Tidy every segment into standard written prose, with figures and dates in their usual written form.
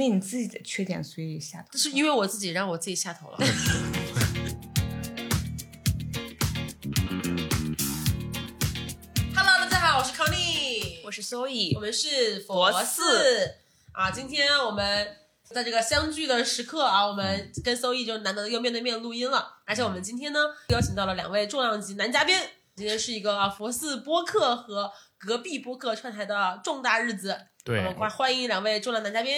因为你自己的缺点所以下头， 这是因为我自己让我自己下头了。Hello， 大家好，我是 Connie， 我是 Zoe， 我们是佛寺啊。今天我们在这个相聚的时刻啊，我们跟 Zoe 就难得又面对面录音了，而且我们今天呢邀请到了2位重量级男嘉宾。今天是一个佛寺播客和隔壁播客串台的重大日子， 对， 我们欢迎2位重量男嘉宾。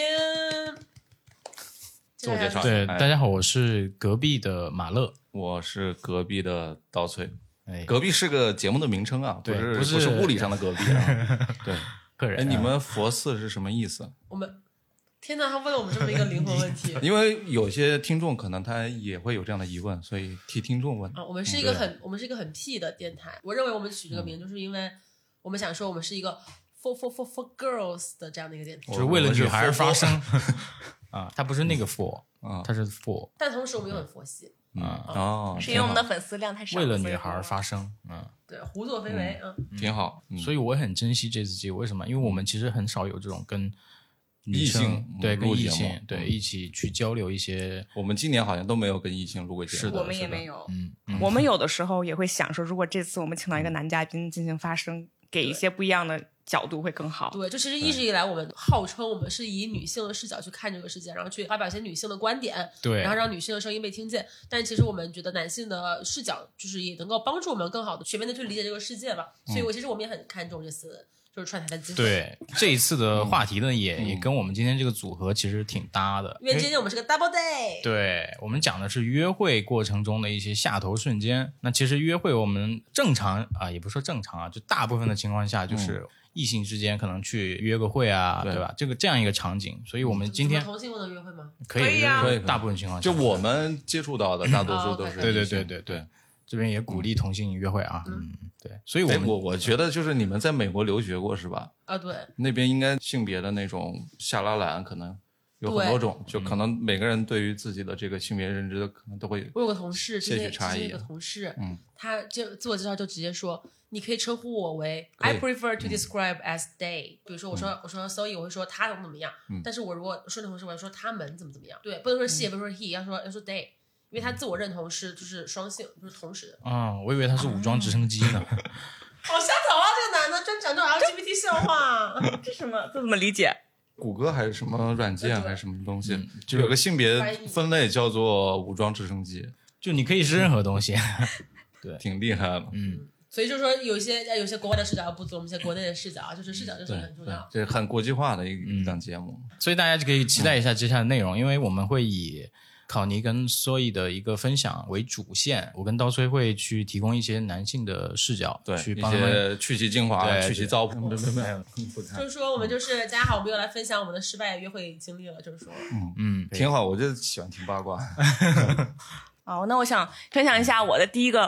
自我介绍。 对，大家好，我是隔壁的马乐， 我是隔壁的刀崔。 哎， 隔壁是个节目的名称啊，不是物理上的隔壁啊。对， 个人。 哎，你们佛寺是什么意思？ 我们天哪，他问了我们这么一个灵魂问题。 因为有些听众可能他也会有这样的疑问，所以替听众问。 我们是一个很屁的电台。我认为我们取这个名就是因为我们想说我们是一个 for girls 的这样的一个电台， 就是为了女孩发声啊，它不是那个 for 啊，它是 for， 但同时我们又很佛系是因为我们的粉丝量太少， 为了女孩发声， 对，胡作非为， 挺好。 所以我很珍惜这次机会，为什么？因为我们其实很少有这种跟异性对跟异性对一起去交流一些。 我们今年好像都没有跟异性录过节目， 是的， 我们也没有。我们有的时候也会想说，如果这次我们请到一个男嘉宾进行发声，给一些不一样的角度会更好。 对，就其实一直以来我们号称我们是以女性的视角去看这个世界，然后去发表一些女性的观点， 对， 然后让女性的声音被听见。但其实我们觉得男性的视角就是也能够帮助我们更好的全面的去理解这个世界吧。所以其实我们也很看重这次就是串台的机会。 对，这一次的话题呢，也跟我们今天这个组合其实挺搭的， 因为今天我们是个 double day。 对，我们讲的是约会过程中的一些下头瞬间。那其实约会我们正常啊，也不是说正常啊，就大部分的情况下就是异性之间可能去约个会啊，对吧？这样一个场景，所以我们今天同性不能约会吗？ 可以啊， 大部分情况下， 就我们接触到的大多数都是对。这边也鼓励同性约会啊，对，所以我觉得就是你们在美国留学过是吧？ 啊，对， 那边应该性别的那种下拉栏可能有很多种，就可能每个人对于自己的这个性别认知的可能都会。 我有个同事， 些许差异。 有个同事，他就自我介绍就直接说，你可以称呼我为 I prefer to describe as they。比如说我说 Zoe， 我会说他怎么样，但是我如果说那同事，我要说他们怎么样，对，不能说 she， 不能说 he， 要说 they。因为他自我认同就是双性，就是同时。 我以为他是武装直升机呢。 好下头啊！这个男的专讲这种 LGBT 笑话， 这什么？这怎么理解？ 谷歌还是什么软件还是什么东西，就有个性别分类叫做武装直升机， 就你可以是任何东西，对， 挺厉害的。 所以就是说有些国外的视角不足我们一些国内的视角，就是视角就是很重要。 这很国际化的一档节目， 所以大家就可以期待一下接下来的内容，因为我们会以考尼跟Zoe的一个分享为主线，我跟刀崔会去提供一些男性的视角， 对， 去帮他们去其精华，去其糟粕。 就是说我们就是大家好，我们又来分享我们的失败约会经历了，就是说， 挺好，我就喜欢听八卦。 那我想分享一下我的第一个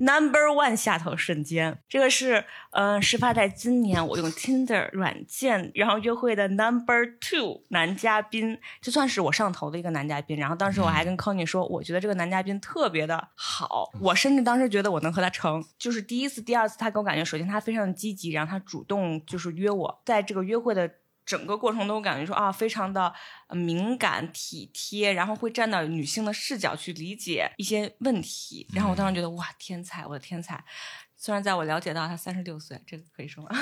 No.1 下头瞬间，这个是事发在今年我用 Tinder 软件然后约会的 No.2 男嘉宾，就算是我上头的一个男嘉宾。然后当时我还跟 Connie 说，我觉得这个男嘉宾特别的好，我甚至当时觉得我能和他成。就是第一次第二次他给我感觉，首先他非常的积极，然后他主动就是约我，在这个约会的整个过程中感觉说非常的敏感体贴，然后会站到女性的视角去理解一些问题。然后我当时觉得哇，天才，我的天才。虽然在我了解到他36岁，这个可以说吗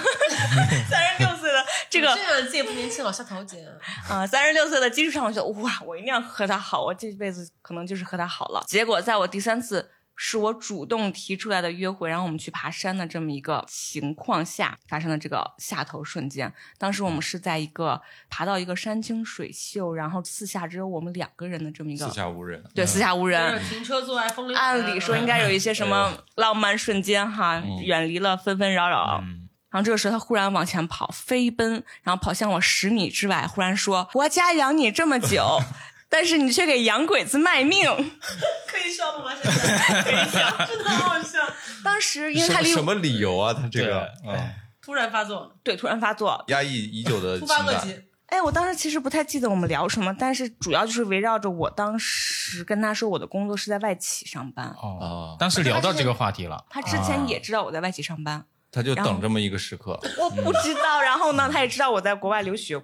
？36岁的这个， 这样自己不年轻老下头姐 36岁的基础上，我觉得哇，我一定要和他好，我这辈子可能就是和他好了。结果在我第3次是我主动提出来的约会，然后我们去爬山的这么一个情况下发生的这个下头瞬间。当时我们是在爬到一个山清水秀，然后四下只有我们2个人的这么一个四下无人， 对，四下无人， 停车坐在风里， 按理说应该有一些什么浪漫瞬间哈，远离了纷纷扰扰。然后这个时候他忽然往前跑，飞奔，然后跑向我10米之外，忽然说，我家养你这么久但是你却给洋鬼子卖命。 可以笑吗？现在可以笑，真的好好笑。 当时因为他什么理由啊？他这个突然发作， 对，突然发作， 压抑已久的突发恶疾。 我当时其实不太记得我们聊什么，但是主要就是围绕着我当时跟他说我的工作是在外企上班。 当时聊到这个话题了。 他之前也知道我在外企上班， 他就等这么一个时刻。 我不知道，然后呢，他也知道我在国外留学过。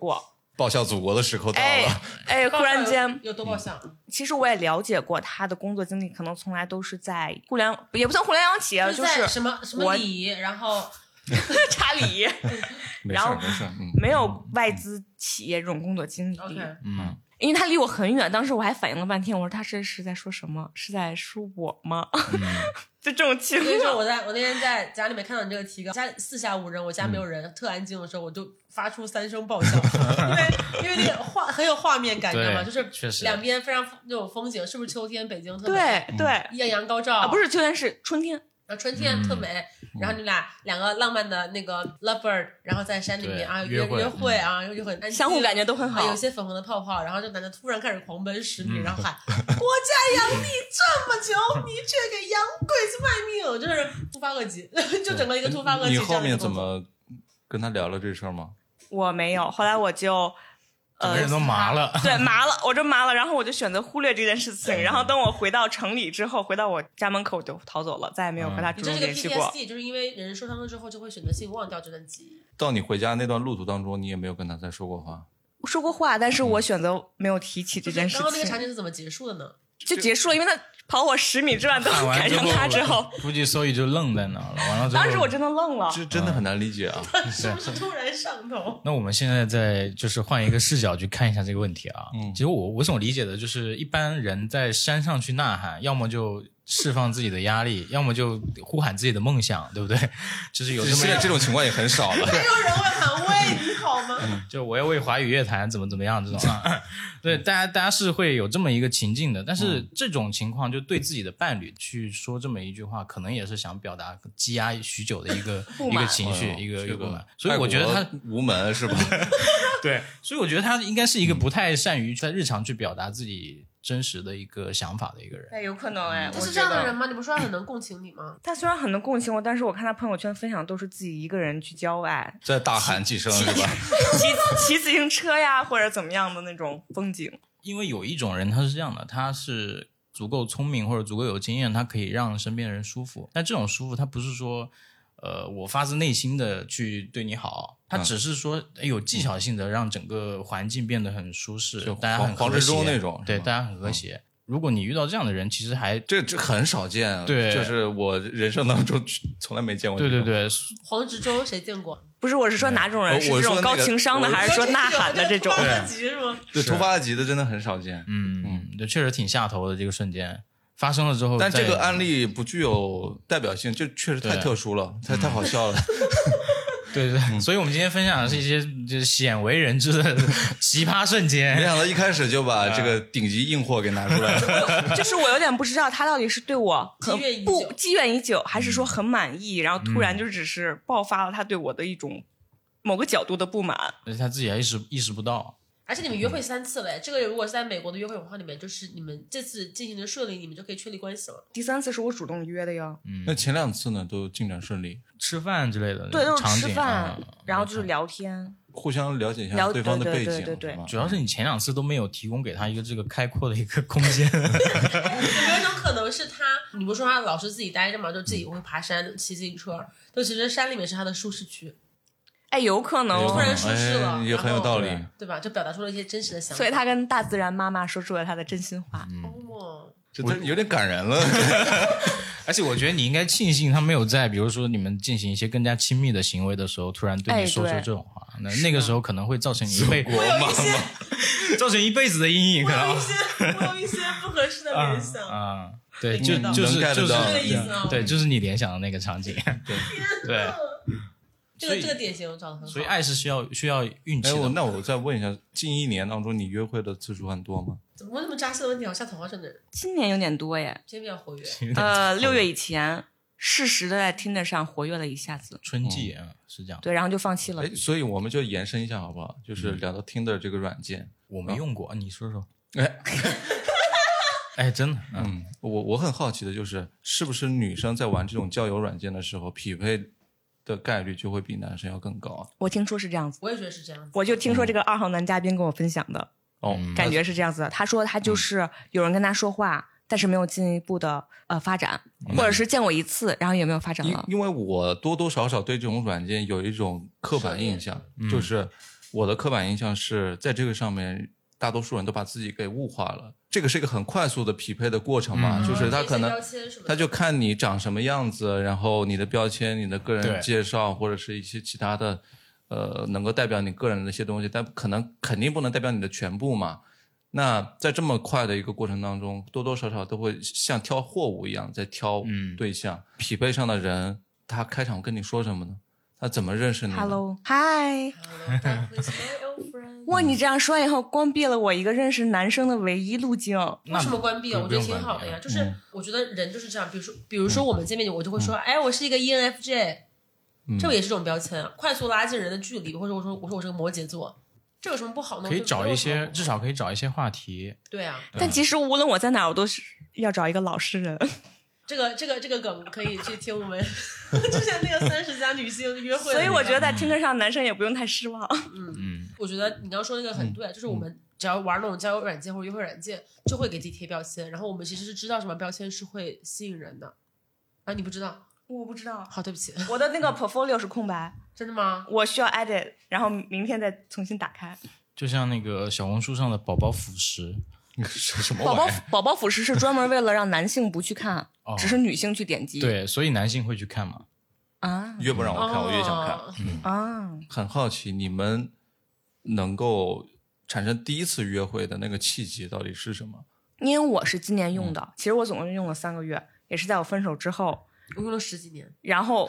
报效祖国的时刻到哎了。 哎，忽然间， 有多爆笑？ 其实我也了解过他的工作经历，可能从来都是在互联，也不算互联网企业，就是在什么里，然后查理， 没然后事没事， 没有外资企业这种工作经历。 OK， 因为他离我很远，当时我还反应了半天，我说他这是在说什么？是在说我吗？就这种情所以说况。 我那天在家里面看到你这个提纲，家里四下无人，我家没有人，特安静的时候，我就发出3声爆笑，因为那个很有画面感，你知道吗？就是两边非常那种风景，是不是秋天北京特别对对， 艳阳高照？ 不是秋天，是春天。 春天特美，然后你两个浪漫的那个 lovebird， 然后在山里面啊约会啊，又很安静， 相互感觉都很好， 有些粉红的泡泡，然后这男的突然开始狂奔10米，然后喊国家养你这么久，你却给洋鬼子卖命，就是突发恶疾，就整个一个突发恶疾。 你后面怎么跟他聊了这事儿吗？ 我没有，后来我就整个人都麻了， 对，麻了，我就麻了，然后我就选择忽略这件事情，然后等我回到城里之后，回到我家门口我就逃走了，再也没有和他主动联系过。 PTSD 就是因为人受伤了之后就会选择性忘掉这段记忆。 到你回家那段路途当中，你也没有跟他再说过话？ 说过话，但是我选择没有提起这件事情。 刚刚那个场景是怎么结束的呢？ 就结束了，因为他跑我10米之外都赶上他之后， 估计所以就愣在那儿了。完了之后， 当时我真的愣了， 这真的很难理解啊！ 是不是突然上头？ 那我们现在再就是换一个视角去看一下这个问题啊。其实我所理解的就是，一般人在山上去呐喊，要么就释放自己的压力，要么就呼喊自己的梦想，对不对？就是有现在这种情况也很少了。 没有人会喊喂你好吗？ 就我要为华语乐坛怎么样这种啊。对，大家是会有这么一个情境的，但是这种情况就对自己的伴侣去说这么一句话，可能也是想表达积压许久的一个情绪，一个不满。所以我觉得他无门是吧？ 对，所以我觉得他应该是一个不太善于在日常去表达自己真实的一个想法的一个人。 哎，有可能哎， 他是这样的人吗？你不说他很能共情你吗？ 他虽然很能共情我，但是我看他朋友圈分享都是自己一个人去郊外， 在大喊几声是吧？ 骑自行车呀，或者怎么样的那种风景。 因为有一种人他是这样的，他是足够聪明或者足够有经验，他可以让身边的人舒服。但这种舒服，他不是说我发自内心的去对你好，他只是说有技巧性的让整个环境变得很舒适， 就大家很和谐黄志忠那种， 对，大家很和谐。如果你遇到这样的人，其实还这很少见， 对， 就是我人生当中从来没见过。 对， 黄执中谁见过？ 不是，我是说哪种人？是这种高情商的，还是说呐喊的这种？ 突发急是吗？ 对，突发急的真的很少见。 对，确实挺下头的这个瞬间发生了之后。 但这个案例不具有代表性，就确实太特殊了，太好笑了。 对，所以我们今天分享的是一些就是鲜为人知的奇葩瞬间。 没想到一开始就把这个顶级硬货给拿出来了。 就是我有点不知道他到底是对我积怨已久，还是说很满意，然后突然就只是爆发了他对我的一种某个角度的不满， 而且他自己还意识不到。 而且你们约会3次了，这个如果是在美国的约会文化里面，就是你们这次进行的顺利，你们就可以确立关系了。 第3次是我主动约的哟。 那前2次呢，都进展顺利， 吃饭之类的， 对，都是吃饭，然后就是聊天， 互相了解一下对方的背景。 对， 主要是你前2次都没有提供给他一个这个开阔的一个空间。 有没有一种可能是你不是说他老是自己待着嘛，就自己会爬山、骑自行车，就其实山里面是他的舒适区。 哎，有可能突然舒适了， 也很有道理， 对吧？就表达出了一些真实的想法。 所以他跟大自然妈妈说出了他的真心话。 这有点感人了。 而且我觉得你应该庆幸他没有在比如说你们进行一些更加亲密的行为的时候突然对你说出这种话，那个时候可能会造成你造成一辈子的阴影。 我有一些不合适的联想对，就是这个意思对，就是你联想的那个场景。对。 这个典型找得很好， 所以爱是需要运气的。 那我再问一下，近1年当中你约会的次数很多吗？ 怎么问那么扎心的问题？好像童话镇的人。 今年有点多耶， 今年比较活跃。 6月以前适时的在 Tinder 上活跃了一下子， 春季是这样。 对，然后就放弃了。 所以我们就延伸一下好不好？就是聊到 Tinder 这个软件， 我没用过，你说说。真的， 我很好奇的就是，是不是女生在玩这种交友软件的时候，匹配的概率就会比男生要更高啊？ 我听说是这样子， 我也觉得是这样子。 我就听说这个2号男嘉宾跟我分享的，感觉是这样子的。他说他就是有人跟他说话，但是没有进一步的发展，或者是见过1次，然后也没有发展了。 因为我多多少少对这种软件有一种刻板印象，就是我的刻板印象是在这个上面，大多数人都把自己给物化了。这个是一个很快速的匹配的过程嘛，就是他可能他就看你长什么样子，然后你的标签、你的个人介绍或者是一些其他的能够代表你个人的一些东西，但肯定不能代表你的全部嘛。那在这么快的一个过程当中，多多少少都会像挑货物一样在挑对象，匹配上的人他开场跟你说什么呢？他怎么认识你 ？Hello， Hi。哇，你这样说以后，关闭了我一个认识男生的唯一路径。 为什么关闭啊？我觉得挺好的呀。就是我觉得人就是这样，比如说我们见面，我就会说，哎，我是一个 ENFJ，这个也是种标签啊，快速拉近人的距离，或者我说我是个摩羯座，这有什么不好呢？ 可以找一些，至少可以找一些话题。 对啊， 但其实无论我在哪，我都是要找一个老实人。 这个梗可以去听我们就像那个30加女性约会， 所以我觉得在听得上男生也不用太失望。 我觉得你刚刚说那个很对，就是我们只要玩那种交友软件或者约会软件，就会给自己贴标签，然后我们其实是知道什么标签是会吸引人的啊，你不知道？ 我不知道。 好，对不起， 我的那个 portfolio 是空白。 真的吗？ 我需要 edit， 然后明天再重新打开。 就像那个小红书上的宝宝辅食。 什么玩意儿？ 宝宝辅食是专门为了让男性不去看，只是女性去点击。 对，所以男性会去看嘛。 啊， 越不让我看，我越想看。 啊， 很好奇你们能够产生第一次约会的那个契机到底是什么？ 因为我是今年用的，其实我总共用了3个月，也是在我分手之后。 我用了10几年。 然后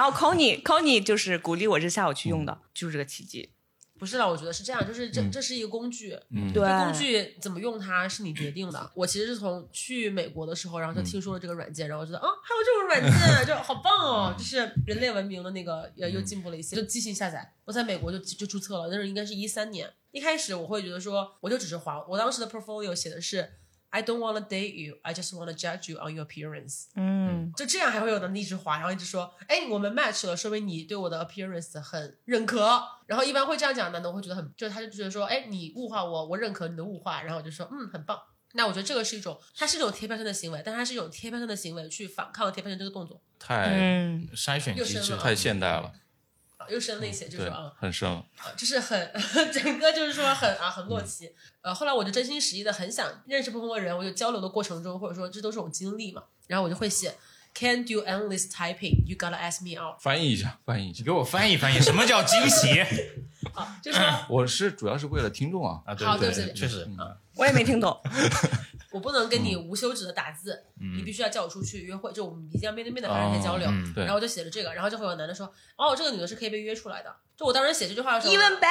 Connie 就是鼓励我这下午去用的，就是这个契机。 不是啦，我觉得是这样，就是这是一个工具， 对， 这工具怎么用它是你决定的。我其实是从去美国的时候，然后就听说了这个软件，然后觉得还有这种软件，就好棒哦，就是人类文明的那个又进步了一些，就即兴下载。我在美国就注册了，那是应该是13年。一开始我会觉得说，我就只是滑，我当时的 portfolio 写的是 I don't want to date you, I just want to judge you on your appearance。就这样还会有能力一直滑，然后一直说，哎，我们 match 了，说明你对我的 appearance 很认可。然后一般会这样讲的男的，我会觉得就是他就觉得说，哎，你物化我，我认可你的物化，然后我就说，很棒。那我觉得这个是一种，它是一种贴标签的行为，但它是一种贴标签的行为去反抗贴标签这个动作。 太筛选机制太现代了。 又深了一些，就是很深了， 就是很整个就是说很落奇。后来我就真心实意的很想认识不同的人，我就交流的过程中，或者说这都是种经历嘛，然后我就会写 Can't do endless typing, you gotta ask me out。 翻译一下， 给我翻译翻译，什么叫惊喜？ 就是说我主要是为了听众啊。 对好，对不起， 确实我也没听懂。 我不能跟你无休止的打字，你必须要叫我出去约会，就我们一定要面对面的发生一些交流。然后我就写了这个，然后就会有男的说，这个女的是可以被约出来的。就我当时写这句话的时候 Even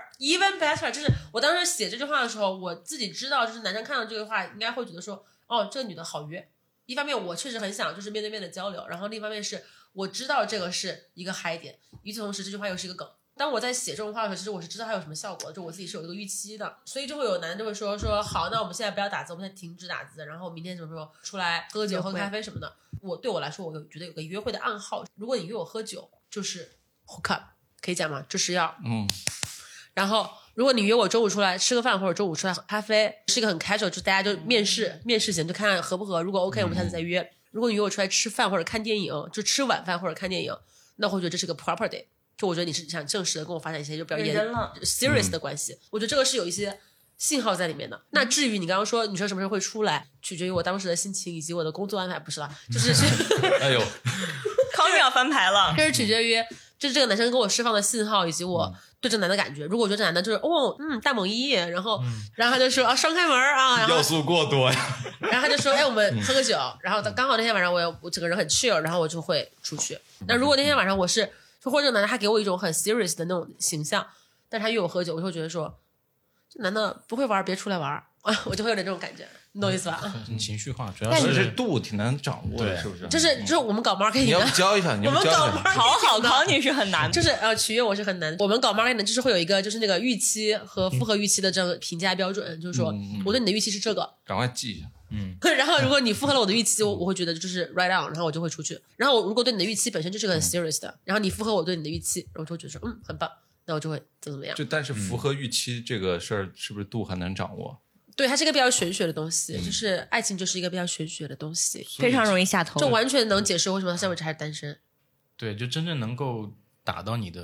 better， 就是我当时写这句话的时候，我自己知道，就是男生看到这句话应该会觉得说，这个女的好约。一方面我确实很想就是面对面的交流，然后另一方面是我知道这个是一个嗨点，与此同时这句话又是一个梗。当我在写这种话的时候，其实我是知道它有什么效果的，就我自己是有一个预期的，所以就会有男人就会说好，那我们现在不要打字，我们现在停止打字，然后明天什么时候出来喝酒喝咖啡什么的。对我来说，我觉得有个约会的暗号，如果你约我喝酒，就是 hook up， 可以讲吗？就是要然后如果你约我中午出来吃个饭，或者中午出来喝咖啡，是一个很 casual， 就大家就面试前就看看合不合，如果 OK 我们下次再约。如果你约我出来吃饭或者看电影，就吃晚饭或者看电影，那我会觉得这是个 proper day，就我觉得你是想正式的跟我发展一些就比较serious 的关系，我觉得这个是有一些信号在里面的。那至于你刚刚说你说什么时候会出来，取决于我当时的心情以及我的工作安排，不是啦，就是哎呦， 康要翻牌了， 这是取决于就是这个男生给我释放的信号以及我对这个男的感觉。如果我觉得这男的就是大猛一，然后他就说双开门啊，然后要素过多呀， 然后他就说我们喝个酒，然后刚好那天晚上我整个人很 chill， 然后我就会出去。那如果那天晚上我是就或者这个男的他给我一种很 serious 的那种形象，但是他约我喝酒，我就会觉得说这男的不会玩别出来玩我就会有点这种感觉，你懂意思吧？ 情绪化，主要是度挺难掌握的，是不是？ 就是我们搞 marketing， 你要不教一下， 我们搞 marketing 好考你是很难， 就是取悦我是很难。我们搞 marketing 就是会有一个就是那个预期和符合预期的这个评价标准，就是说我对你的预期是这个， 赶快记一下。 然后如果你符合了我的预期，我会觉得就是 right on， 然后我就会出去。然后我如果对你的预期本身就是个很 serious 的，然后你符合我对你的预期，然后我就会觉得说很棒，那我就会怎么样。 但是符合预期这个事儿是不是度很难掌握？ 对，它是一个比较玄学的东西，就是爱情就是一个比较玄学的东西， 非常容易下头， 就完全能解释为什么他现在为止还是单身。 对，就真正能够打到你的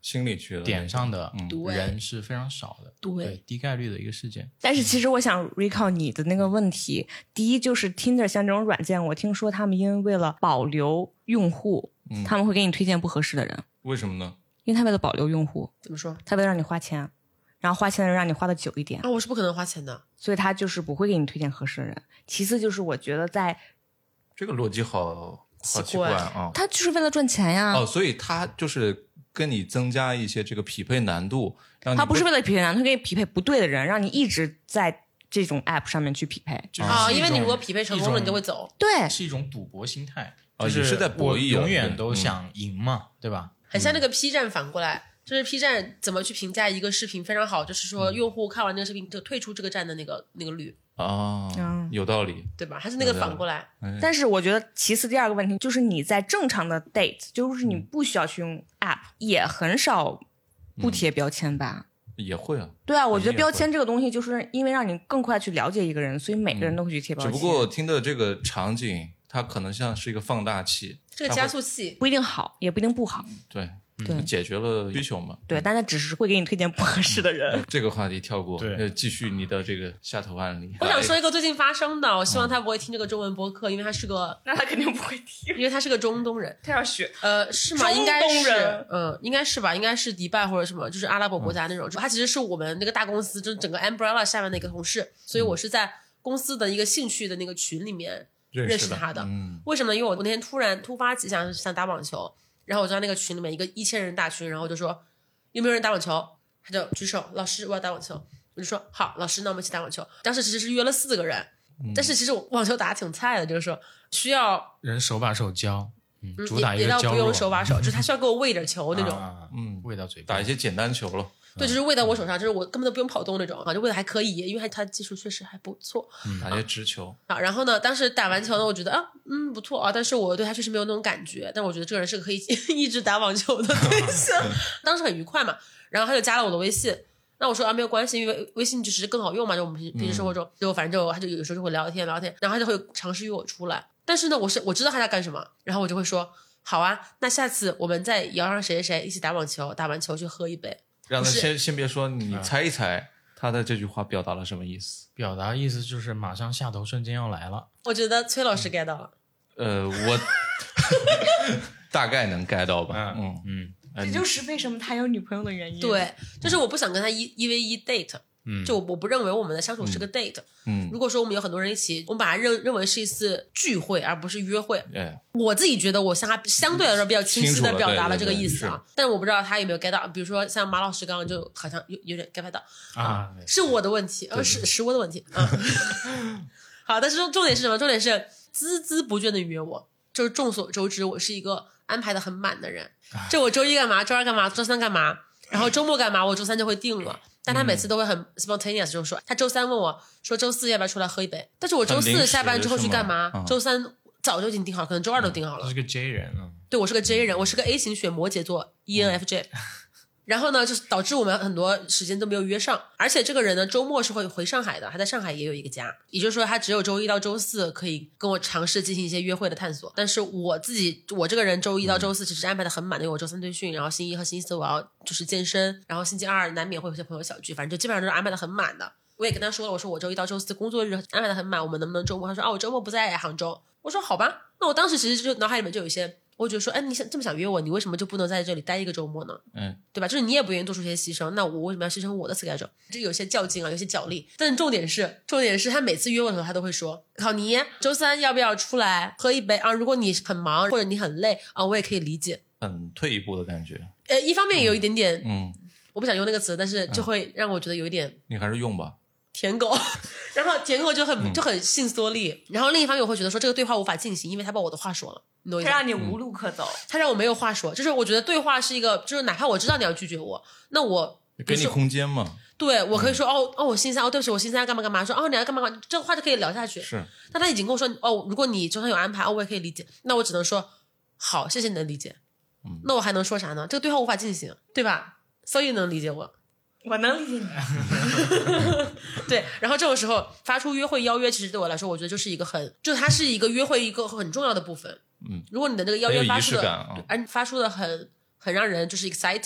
心里去了点上的对人是非常少的， 对低概率的一个事件。 但是其实我想 recall 你的那个问题，第一就是 Tinder 像这种软件，我听说他们因为了保留用户，他们会给你推荐不合适的人。 为什么呢？ 因为他为了保留用户， 怎么说他为了让你花钱，然后花钱的人让你花的久一点啊？我是不可能花钱的， 所以他就是不会给你推荐合适的人。其次就是我觉得在这个逻辑好奇怪啊！ 他就是为了赚钱呀。 哦，所以他就是跟你增加一些这个匹配难度，让你他不是为了匹配难度，他给你匹配不对的人，让你一直在这种 app 上面去匹配。 因为你如果匹配成功了，你就会走。 对， 是一种赌博心态， 就是在博弈， 永远都想赢嘛，对吧？ 很像那个 P 站反过来，就是 P 站怎么去评价一个视频非常好，就是说用户看完那个视频就退出这个站的那个率。 有道理， 对吧？它是那个反过来。 但是我觉得其次第二个问题就是你在正常的 date， 就是你不需要去用 app，也很少不贴标签吧。 也会啊。 对啊，我觉得标签这个东西就是因为让你更快去了解一个人，所以每个人都会去贴标签。 只不过听的这个场景，它可能像是一个放大器， 这个加速器不一定好，也不一定不好。 对。 对， 解决了需求嘛？ 对，但它只是会给你推荐不合适的人。 这个话题跳过， 对， 继续你的这个下头案例。 我想说一个最近发生的，我希望他不会听这个中文播客，因为他是个， 那他肯定不会听， 因为他是个中东人。 他要学， 是吗？应该是，应该是吧？应该是迪拜或者什么，就是阿拉伯国家那种。他其实是我们那个大公司，就是整个 umbrella 下面的一个同事，所以我是在公司的一个兴趣的那个群里面认识他的。为什么呢？因为我那天突发奇想打网球。然后我就在那个群里面，一个1000人大群，然后我就说有没有人打网球，他就举手，老师我要打网球，我就说好，老师那我们一起打网球。当时其实是约了4个人，但是其实我网球打得挺菜的，就是说需要人手把手教，主打一个教也倒不用手把手，就是他需要给我喂点球那种， 喂到嘴边， 打一些简单球了。 对，就是喂到我手上，就是我根本都不用跑动那种啊，就喂的还可以，因为他技术确实还不错。 打些直球啊，然后呢，当时打完球呢，我觉得不错啊，但是我对他确实没有那种感觉，但我觉得这个人是个可以一直打网球的对象，当时很愉快嘛。然后他就加了我的微信，那我说没有关系，因为微信就是更好用嘛，就我们平时生活中，就反正就他就有时候就会聊天，然后他就会尝试约我出来。但是呢，我知道他在干什么，然后我就会说好啊，那下次我们再邀上谁谁谁一起打网球，打完球去喝一杯。 让他先别说，你猜一猜他的这句话表达了什么意思？ 表达意思就是马上下头瞬间要来了。 我觉得崔老师 get 到了。 我大概能 get 到吧。 这就是为什么他有女朋友的原因。 对，就是我不想跟他1v1 date。就我不认为我们的相处是个 date。如果说我们有很多人一起，我们把它认为是一次聚会，而不是约会。我自己觉得我向他相对来说比较清晰的表达了这个意思啊，但我不知道他有没有 get 到。比如说像马老师刚刚就好像有点 get 到啊，是我的问题，是我的问题啊。好，但是重点是什么？重点是孜孜不倦的约我，就是众所周知，我是一个安排的很满的人。就我周一干嘛，周二干嘛，周三干嘛，然后周末干嘛，我周三就会定了。但他每次都会很 spontaneous，就是说他周三问我说周四要不要出来喝一杯，但是我周四下班之后去干嘛，周三早就已经定好了，可能周二都定好了。 是个 J 人啊。 对，我是个 J 人，我是个 A 型血摩羯座 ENFJ。然后呢，就是导致我们很多时间都没有约上，而且这个人呢，周末是会回上海的，他在上海也有一个家，也就是说他只有周一到周四可以跟我尝试进行一些约会的探索。但是我这个人周一到周四其实安排的很满的，因为我周三对训，然后星期一和星期四我要就是健身，然后星期二难免会有些朋友小聚，反正就基本上都是安排的很满的。我也跟他说了，我说我周一到周四工作日安排的很满，我们能不能周末？他说我周末不在杭州。我说好吧，那我当时其实就脑海里面就有一些，我觉得说，你这么想约我，你为什么就不能在这里待一个周末呢？对吧？就是你也不愿意做出一些牺牲，那我为什么要牺牲我的 schedule？ 这有些较劲啊，有些角力。但是重点是他每次约我的时候，他都会说，考尼周三要不要出来喝一杯啊？如果你很忙或者你很累啊，我也可以理解。 很退一步的感觉。 一方面有一点点，我不想用那个词，但是就会让我觉得有一点， 你还是用吧。 舔狗，然后舔狗就很性缩力，然后另一方面我会觉得说这个对话无法进行，因为他把我的话说了， 他让你无路可走， 他让我没有话说，就是我觉得对话是一个，就是哪怕我知道你要拒绝我，那我给你空间嘛。 对，我可以说我星期三对不起，我星期三干嘛干嘛，说你要干嘛干嘛，这个话就可以聊下去。 是， 但他已经跟我说如果你周三有安排我也可以理解，那我只能说好，谢谢你的理解。那我还能说啥呢？这个对话无法进行，对吧？所以能理解我。 我能理解你。 对，然后这种时候发出约会邀约，其实对我来说，我觉得就是它是一个约会一个很重要的部分。如果你的那个邀约发出的，而发出的很让人就是 exciting，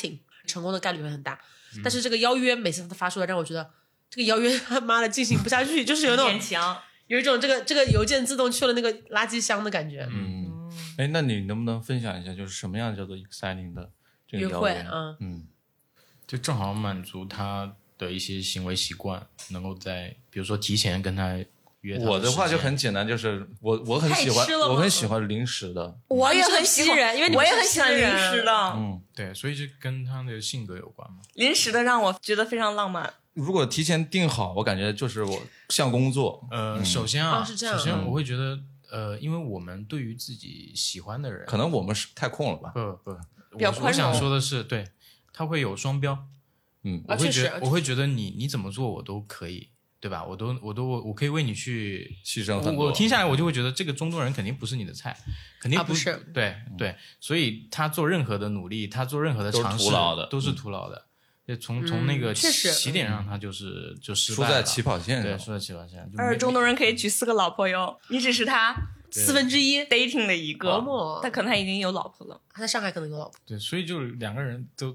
成功的概率会很大。但是这个邀约每次他发出来，让我觉得这个邀约他妈的进行不下去，就是有那种勉强， 有一种这个邮件自动去了那个垃圾箱的感觉。 哎，那你能不能分享一下，就是什么样叫做 exciting 的这个约会？ 就正好满足他的一些行为习惯，能够在比如说提前跟他约他我的话就很简单，就是我很喜欢，我很喜欢零食的。 我也很喜欢人，因为你我也很喜欢零食的。 对，所以就跟他的性格有关嘛。 零食的让我觉得非常浪漫。 如果提前订好，我感觉就是我像工作。 首先啊， 是这样。 首先我会觉得，因为我们对于自己喜欢的人， 可能我们是太空了吧？ 不， 比较宽容。 我想说的是，对，他会有双标。我会觉得你怎么做我都可以，对吧？我可以为你去牺牲很多。 我听下来，我就会觉得这个中东人肯定不是你的菜，肯定不是。 对，所以他做任何的努力，他做任何的尝试，都是徒劳的。从那个起点上，他就失败了， 输在起跑线上。 对，输在起跑线上。 而中东人可以娶4个老婆哟，你只是他1/4 dating 的一个，他可能他已经有老婆了， 他在上海可能有老婆。 对，所以就2个人都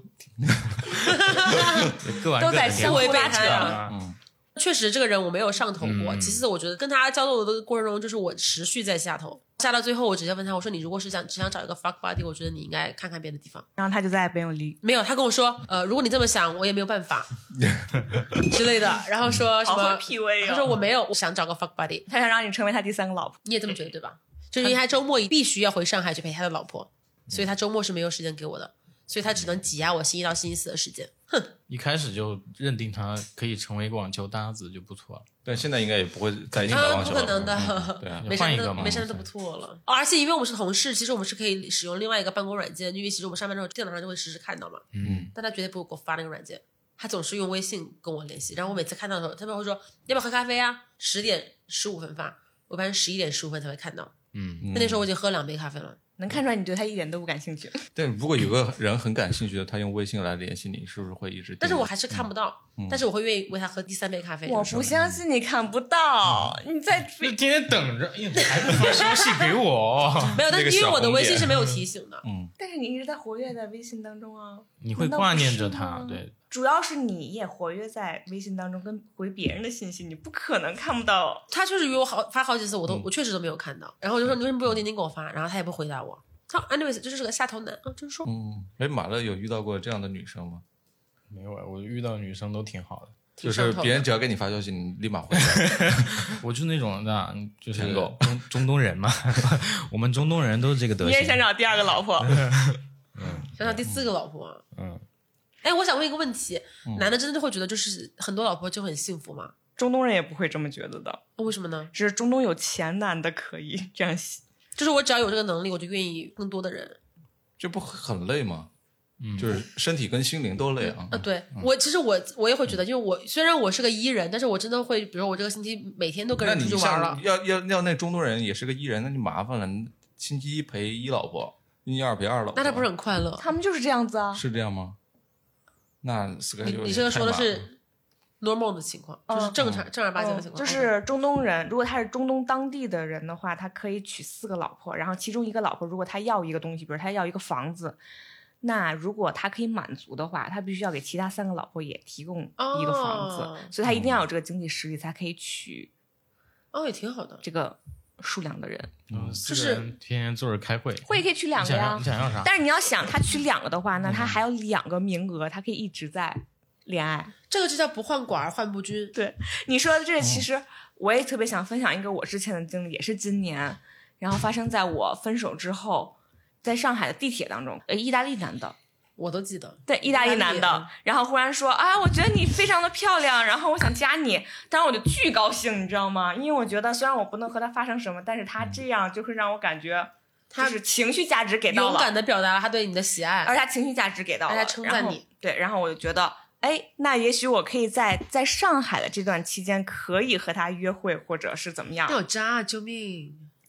各玩都在相互拉扯。 确实，这个人我没有上头过。其次，我觉得跟他交流的过程中，就是我持续在下头。下到最后，我直接问他，我说：“你如果是只想找一个 fuck buddy， 我觉得你应该看看别的地方。” 然后他就再也没有理。 没有，他跟我说：“如果你这么想，我也没有办法之类的。”然后说什么？他说：“我没有，我想找个 fuck buddy。” 他想让你成为他第3个老婆。 你也这么觉得对吧？就是因为他周末必须要回上海去陪他的老婆，所以他周末是没有时间给我的，所以他只能挤压我星期一到星期四的时间。哼， 一开始就认定他可以成为一个网球搭子就不错了， 但现在应该也不会再一起打网球了。 不可能的， 对啊， 没山都不错了。而且因为我们是同事，其实我们是可以使用另外一个办公软件，因为其实我们上班之后电脑上就会实时看到嘛。但他绝对不会给我发那个软件，他总是用微信跟我联系。然后我每次看到的时候，他们会说要不要喝咖啡啊？10点15分发，我一般11点15分才会看到。那时候我已经喝2杯咖啡了。 能看出来你对他一点都不感兴趣。 但如果有个人很感兴趣的，他用微信来联系你，是不是会一直？ 但是我还是看不到，但是我会愿意为他喝第3杯咖啡。 我不相信你看不到，你在就天天等着，还不发消息给我。 没有，但是因为我的微信是没有提醒的。 但是你一直在活跃在微信当中啊， 你会挂念着他，对。 主要是你也活跃在微信当中，跟回别人的信息，你不可能看不到。 他确实约我发好几次，我确实都没有看到。然后我就说你为什么不用钉钉给我发？然后他也不回答我。anyways， 这就是个下头男啊，就是说。 马乐有遇到过这样的女生吗？ 没有，我遇到的女生都挺好的， 就是别人只要给你发消息，你立马回答。 我就那种的，就是中东人嘛，我们中东人都是这个德行。 你也想找第2个老婆？ 想找第4个老婆？哎，我想问一个问题，男的真的会觉得就是很多老婆就很幸福吗？ 中东人也不会这么觉得的。 为什么呢？ 只是中东有钱男的可以这样想。 就是我只要有这个能力，我就愿意更多的人。 这不很累吗？就是身体跟心灵都累啊。 对，其实我也会觉得，因为我虽然我是个E人，但是我真的会，比如我这个星期每天都跟人出去玩了。 要那中东人也是个E人，那就麻烦了。星期1陪1老婆，星期2陪2老婆， 那他不是很快乐？ 他们就是这样子啊。 是这样吗？那你这个说的是 normal 的情况，就是正儿八经的情况。 就是中东人，如果他是中东当地的人的话，他可以娶4个老婆，然后其中1个老婆如果他要一个东西，比如他要一个房子，那如果他可以满足的话，他必须要给其他3个老婆也提供一个房子，所以他一定要有这个经济实力才可以娶。 也挺好的。 这个数量的人， 就是天天坐着开会， 可以娶2个呀。 你想要啥？ 但是你要想他娶2个的话，那他还有2个名额，他可以一直在恋爱。 这个就叫不患寡而患不均。 对，你说的这个，其实我也特别想分享一个我之前的经历，也是今年，然后发生在我分手之后，在上海的地铁当中，意大利男的。 我都记得， 对，意大利男的，然后忽然说啊，我觉得你非常的漂亮，然后我想加你，当时我就巨高兴，你知道吗？因为我觉得虽然我不能和他发生什么，但是他这样就会让我感觉他是情绪价值给到了， 勇敢的表达了他对你的喜爱， 而他情绪价值给到了， 他称赞你。 对，然后我就觉得，哎，那也许我可以在上海的这段期间可以和他约会，或者是怎么样。 好渣啊！救命！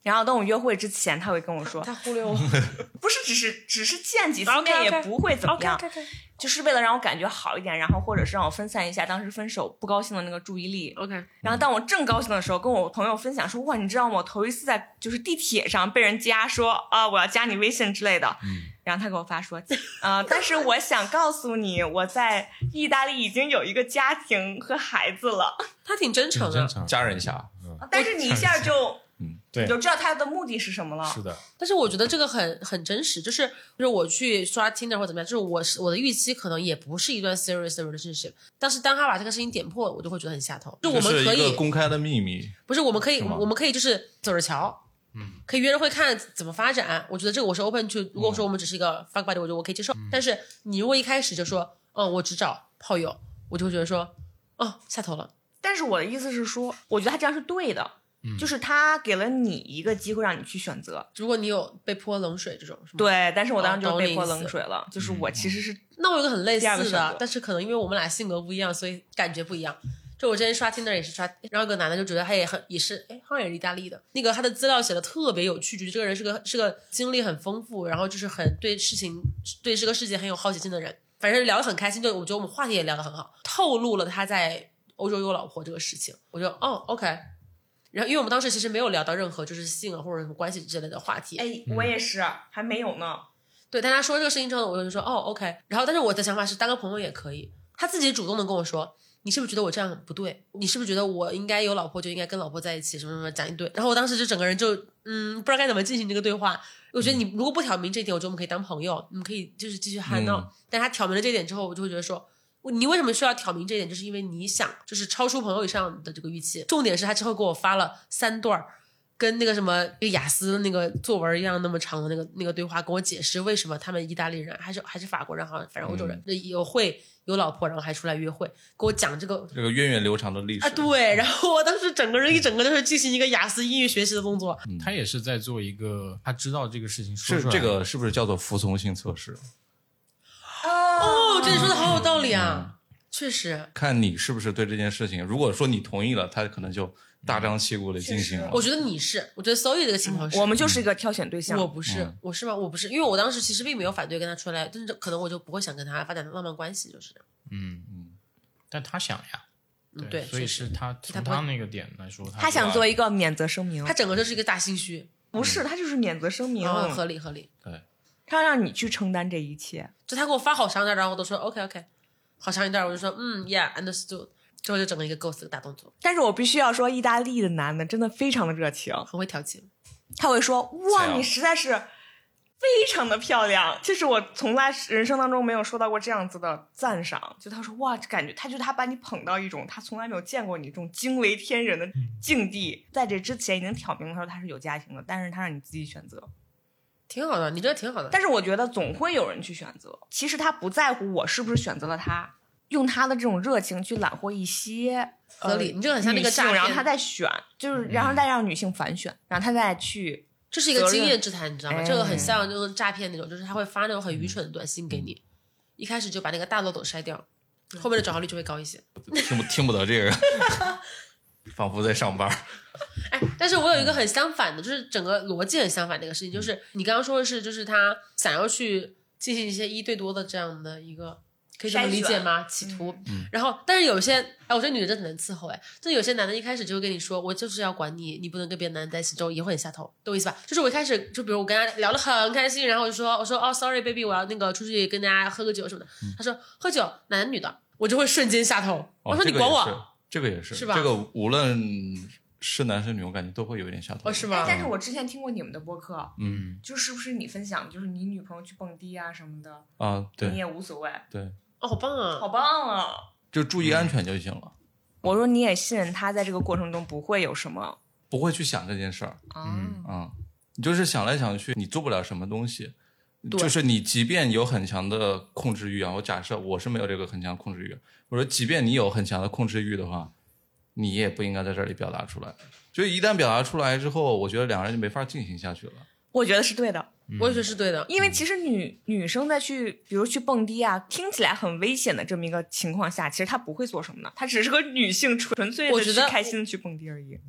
然后等我约会之前，他会跟我说， 他忽略我， 不是只是见几次面也不会怎么样，就是为了让我感觉好一点，然后或者是让我分散一下当时分手不高兴的那个注意力。 OK， 然后当我正高兴的时候，跟我朋友分享说，哇，你知道吗？我头一次在就是地铁上被人加说啊，我要加你微信之类的。然后他给我发说，但是我想告诉你，我在意大利已经有一个家庭和孩子了。 他挺真诚的， 家人侠。 但是你一下就。 对， 你就知道他的目的是什么了。 是的， 但是我觉得这个很真实，就是我去刷 Tinder 或怎么样，就是我的预期可能也不是一段 serious relationship， 但是当他把这个事情点破了，我就会觉得很下头。就我们可以一个公开的秘密， 不是我们可以就是走着瞧，可以约着会看怎么发展。我觉得这个我是 open to， 如果说我们只是一个 fuck buddy， 我觉得我可以接受。但是你如果一开始就说，我只找炮友，我就会觉得说，下头了。 但是我的意思是说，我觉得他这样是对的。就是他给了你一个机会让你去选择， 如果你有被泼冷水这种是吗？ 对，但是我当时就被泼冷水了，就是我其实是那我有个很类似的，但是可能因为我们俩性格不一样，所以感觉不一样。就我之前刷 Tinder 也是刷，然后有个男的就觉得他也是好像也是意大利的，那个他的资料写的特别有趣，就这个人是个经历很丰富，然后就是很对这个世界很有好奇心的人，反正聊得很开心，就我觉得我们话题也聊得很好，透露了他在欧洲有老婆这个事情，我就OK。然后因为我们当时其实没有聊到任何就是性啊或者什么关系之类的话题。 我也是还没有呢。 对，但他说这个事情之后我就说OK。然后但是我的想法是当个朋友也可以，他自己主动的跟我说，你是不是觉得我这样不对，你是不是觉得我应该有老婆就应该跟老婆在一起什么什么讲一堆。然后我当时就整个人就不知道该怎么进行这个对话。我觉得你如果不挑明这一点，我觉得我们可以当朋友，你们可以就是继续憨闹。但他挑明了这一点之后，我就会觉得说，你为什么需要挑明这一点，就是因为你想就是超出朋友以上的这个预期。重点是他之后给我发了3段跟那个什么一个雅思那个作文一样那么长的那个对话，跟我解释为什么他们意大利人还是法国人，好像反正欧洲人有老婆，然后还出来约会，给我讲这个源远流长的历史对。然后我当时整个人就是进行一个雅思英语学习的动作。 他也是在做一个他知道这个事情说出来这个是不是叫做服从性测试？ 这你说的好有道理啊。确实看你是不是对这件事情，如果说你同意了，他可能就大张旗鼓的进行了。 我觉得我觉得 Zoe 这个情况是， 我们就是一个挑选对象。 我不是，我是吗？我不是，因为我当时其实并没有反对跟他出来，但是可能我就不会想跟他发展浪漫关系，就是但他想呀。 对， 所以是他从他那个点来说， 他想做一个免责声明， 他整个就是一个大心虚。 不是，他就是免责声明， 合理。 对， 他让你去承担这一切。 就他给我发好长一段，然后我都说 OK， 好长一段，我就说yeah understood， 之后就整个一个 ghost 的大动作。 但是我必须要说，意大利的男的真的非常的热情， 很会调情。他会说哇，你实在是非常的漂亮，就是我从来人生当中没有收到过这样子的赞赏。就他说哇，感觉他把你捧到一种他从来没有见过你这种惊为天人的境地。在这之前已经挑明了他说他是有家庭的，但是他让你自己选择。 挺好的，你这个挺好的。 但是我觉得总会有人去选择，其实他不在乎我是不是选择了他，用他的这种热情去揽获一些合理。你这个很像那个诈骗， 然后他再选，就是然后再让女性反选，然后他再去， 这是一个经验之谈，你知道吗？这个很像那种诈骗那种，就是他会发那种很愚蠢的短信给你，一开始就把那个大漏斗筛掉，后面的转化率就会高一些。 听不得这个，仿佛在上班。 但是我有一个很相反的，就是整个逻辑很相反的一个事情，就是你刚刚说的是，就是他想要去进行一些1对多的这样的一个，可以这么理解吗？企图。然后，但是有些，我觉得女的真的能伺候。就有些男的一开始就会跟你说，我就是要管你，你不能跟别的男人在一起，之后也会很下头，懂我意思吧？就是我一开始，就比如我跟他聊得很开心，然后我说sorry baby， 我要那个出去跟大家喝个酒什么的。他说喝酒，男的女的，我就会瞬间下头。我说你管我， 这个也是， 是吧？ 这个无论是男是女，我感觉都会有一点下头。 是吗？ 但是我之前听过你们的播客，就是不是你分享，就是你女朋友去蹦迪啊什么的啊，对， 你也无所谓。 对， 好棒啊， 好棒啊！ 就注意安全就行了。 我说你也信任他在这个过程中不会有什么， 不会去想这件事儿。你就是想来想去，你做不了什么东西。就是你即便有很强的控制欲啊，我假设我是没有这个很强的控制欲，我说即便你有很强的控制欲的话，你也不应该在这里表达出来。就一旦表达出来之后，我觉得两个人就没法进行下去了。 我觉得是对的， 我也觉得是对的， 因为其实女生在比如去蹦迪啊，听起来很危险的这么一个情况下，其实她不会做什么呢？她只是个女性，纯粹的去开心的去蹦迪而已。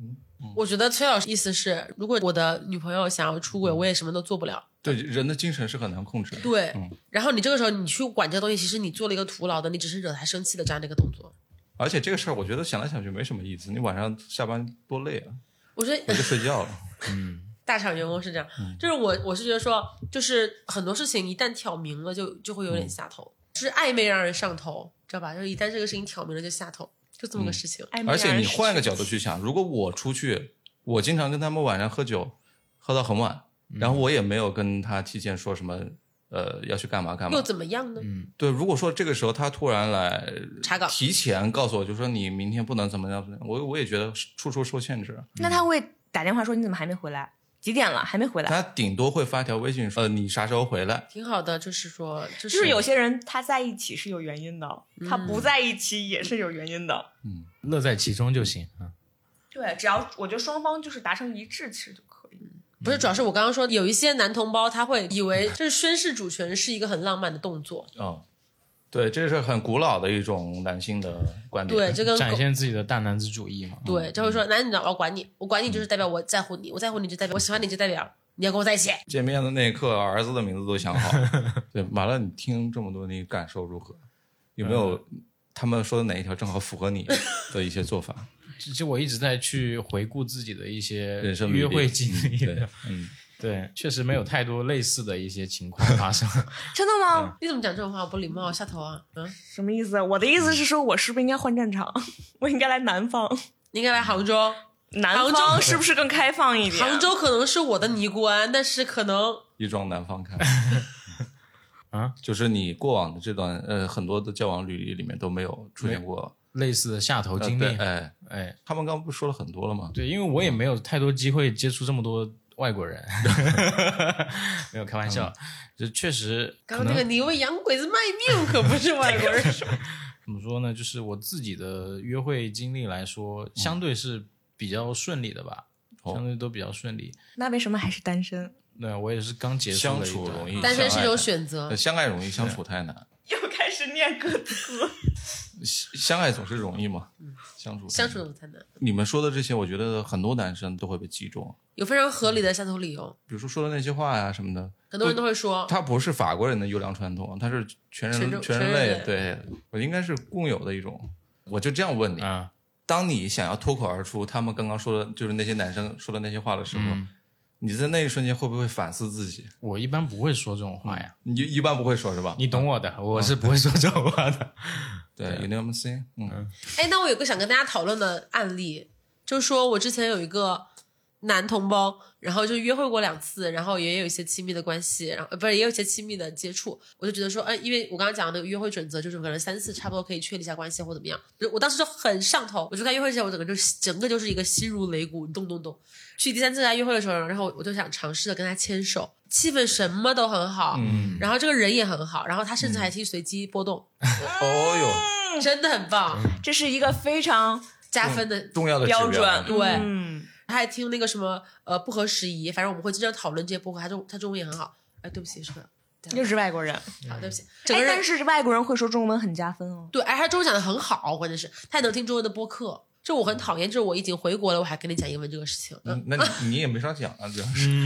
我觉得崔老师意思是，如果我的女朋友想要出轨，我也什么都做不了。 对，人的精神是很难控制的。 对，然后你这个时候你去管这个东西，其实你做了一个徒劳的，你只是惹他生气的这样的一个动作。 而且这个事儿，我觉得想来想去没什么意思。你晚上下班多累啊！ 我觉得我就睡觉了。 大厂员工是这样，就是我是觉得说，就是很多事情一旦挑明了就会有点下头，就是暧昧让人上头，知道吧？就是一旦这个事情挑明了就下头，就这么个事情。 而且你换一个角度去想，如果我出去，我经常跟他们晚上喝酒，喝到很晚，然后我也没有跟他提前说什么，要去干嘛干嘛， 又怎么样呢？ 对，如果说这个时候他突然来查岗， 提前告诉我，就说你明天不能怎么样，我也觉得处处受限制。 那他会打电话说你怎么还没回来？几点了还没回来？ 他顶多会发条微信说，你啥时候回来？ 挺好的，就是说， 就是有些人他在一起是有原因的，他不在一起也是有原因的。 乐在其中就行。 对，只要我觉得双方就是达成一致，其实就可以。 不是，主要是我刚刚说有一些男同胞他会以为就是宣誓主权是一个很浪漫的动作。 对，这是很古老的一种男性的观点。 对，这跟展现自己的大男子主义嘛。 对，就会说男的我要管你，我管你就是代表我在乎你，我在乎你就代表我喜欢你，就代表你要跟我在一起。 见面的那一刻，儿子的名字都想好。对，完了，你听这么多，你感受如何？有没有他们说的哪一条正好符合你的一些做法？ 其实我一直在去回顾自己的一些人生约会经历。 对， 对，确实没有太多类似的一些情况发生。 真的吗？ 你怎么讲这种话？我不礼貌，下头啊！ 什么意思？我的意思是说，我是不是应该换战场？我应该来南方。 你应该来杭州。 南方是不是更开放一点？ 杭州可能是我的尼姑庵，但是可能一装南方开。就是你过往的这段很多的交往履历里面都没有出现过类似的下头经历。 他们刚刚不说了很多了吗？ 对，因为我也没有太多机会接触这么多外国人。没有开玩笑，就确实刚刚那个你为洋鬼子卖命可不是外国人。 怎么说呢，就是我自己的约会经历来说，相对是比较顺利的吧，相对都比较顺利。 那为什么还是单身？ 对，我也是刚结束相处容易， 单身是一种选择， 相爱容易，相处太难。 又开始念歌词。 相爱总是容易嘛，相处太难。 你们说的这些，我觉得很多男生都会被击中， 有非常合理的下头理由， 比如说的那些话呀什么的， 很多人都会说， 他不是法国人的优良传统，他是全人类，对，我应该是共有的一种。我就这样问你当你想要脱口而出他们刚刚说的，就是那些男生说的那些话的时候，你在那一瞬间会不会反思自己？ 我一般不会说这种话呀。 你一般不会说是吧？ 你懂我的，我是不会说这种话的。 对 ，you know what I'm saying？ 那我有个想跟大家讨论的案例，就是说我之前有一个男同胞，然后就约会过2次，然后也有一些亲密的关系，然后不是也有一些亲密的接触，我就觉得说，因为我刚刚讲的那个约会准则就是可能3次差不多可以确立一下关系或怎么样，我当时就很上头，我就在约会之前我整个就是一个心如擂鼓，咚咚咚。去第3次来约会的时候，然后我就想尝试的跟他牵手，气氛什么都很好，然后这个人也很好，然后他甚至还可以随机波动， 哦哟， 真的很棒， 这是一个非常加分的重要的标准， 对，他还听那个什么不合时宜，反正我们会经常讨论这些播客，他中文也很好。对不起，是个又是外国人， 好，对不起。 但是外国人会说中文很加分哦。 对，他中文讲的很好，关键是他也能听中文的播客。就我很讨厌，就是我已经回国了，我还跟你讲英文这个事情。 那你也没啥讲啊，主要是。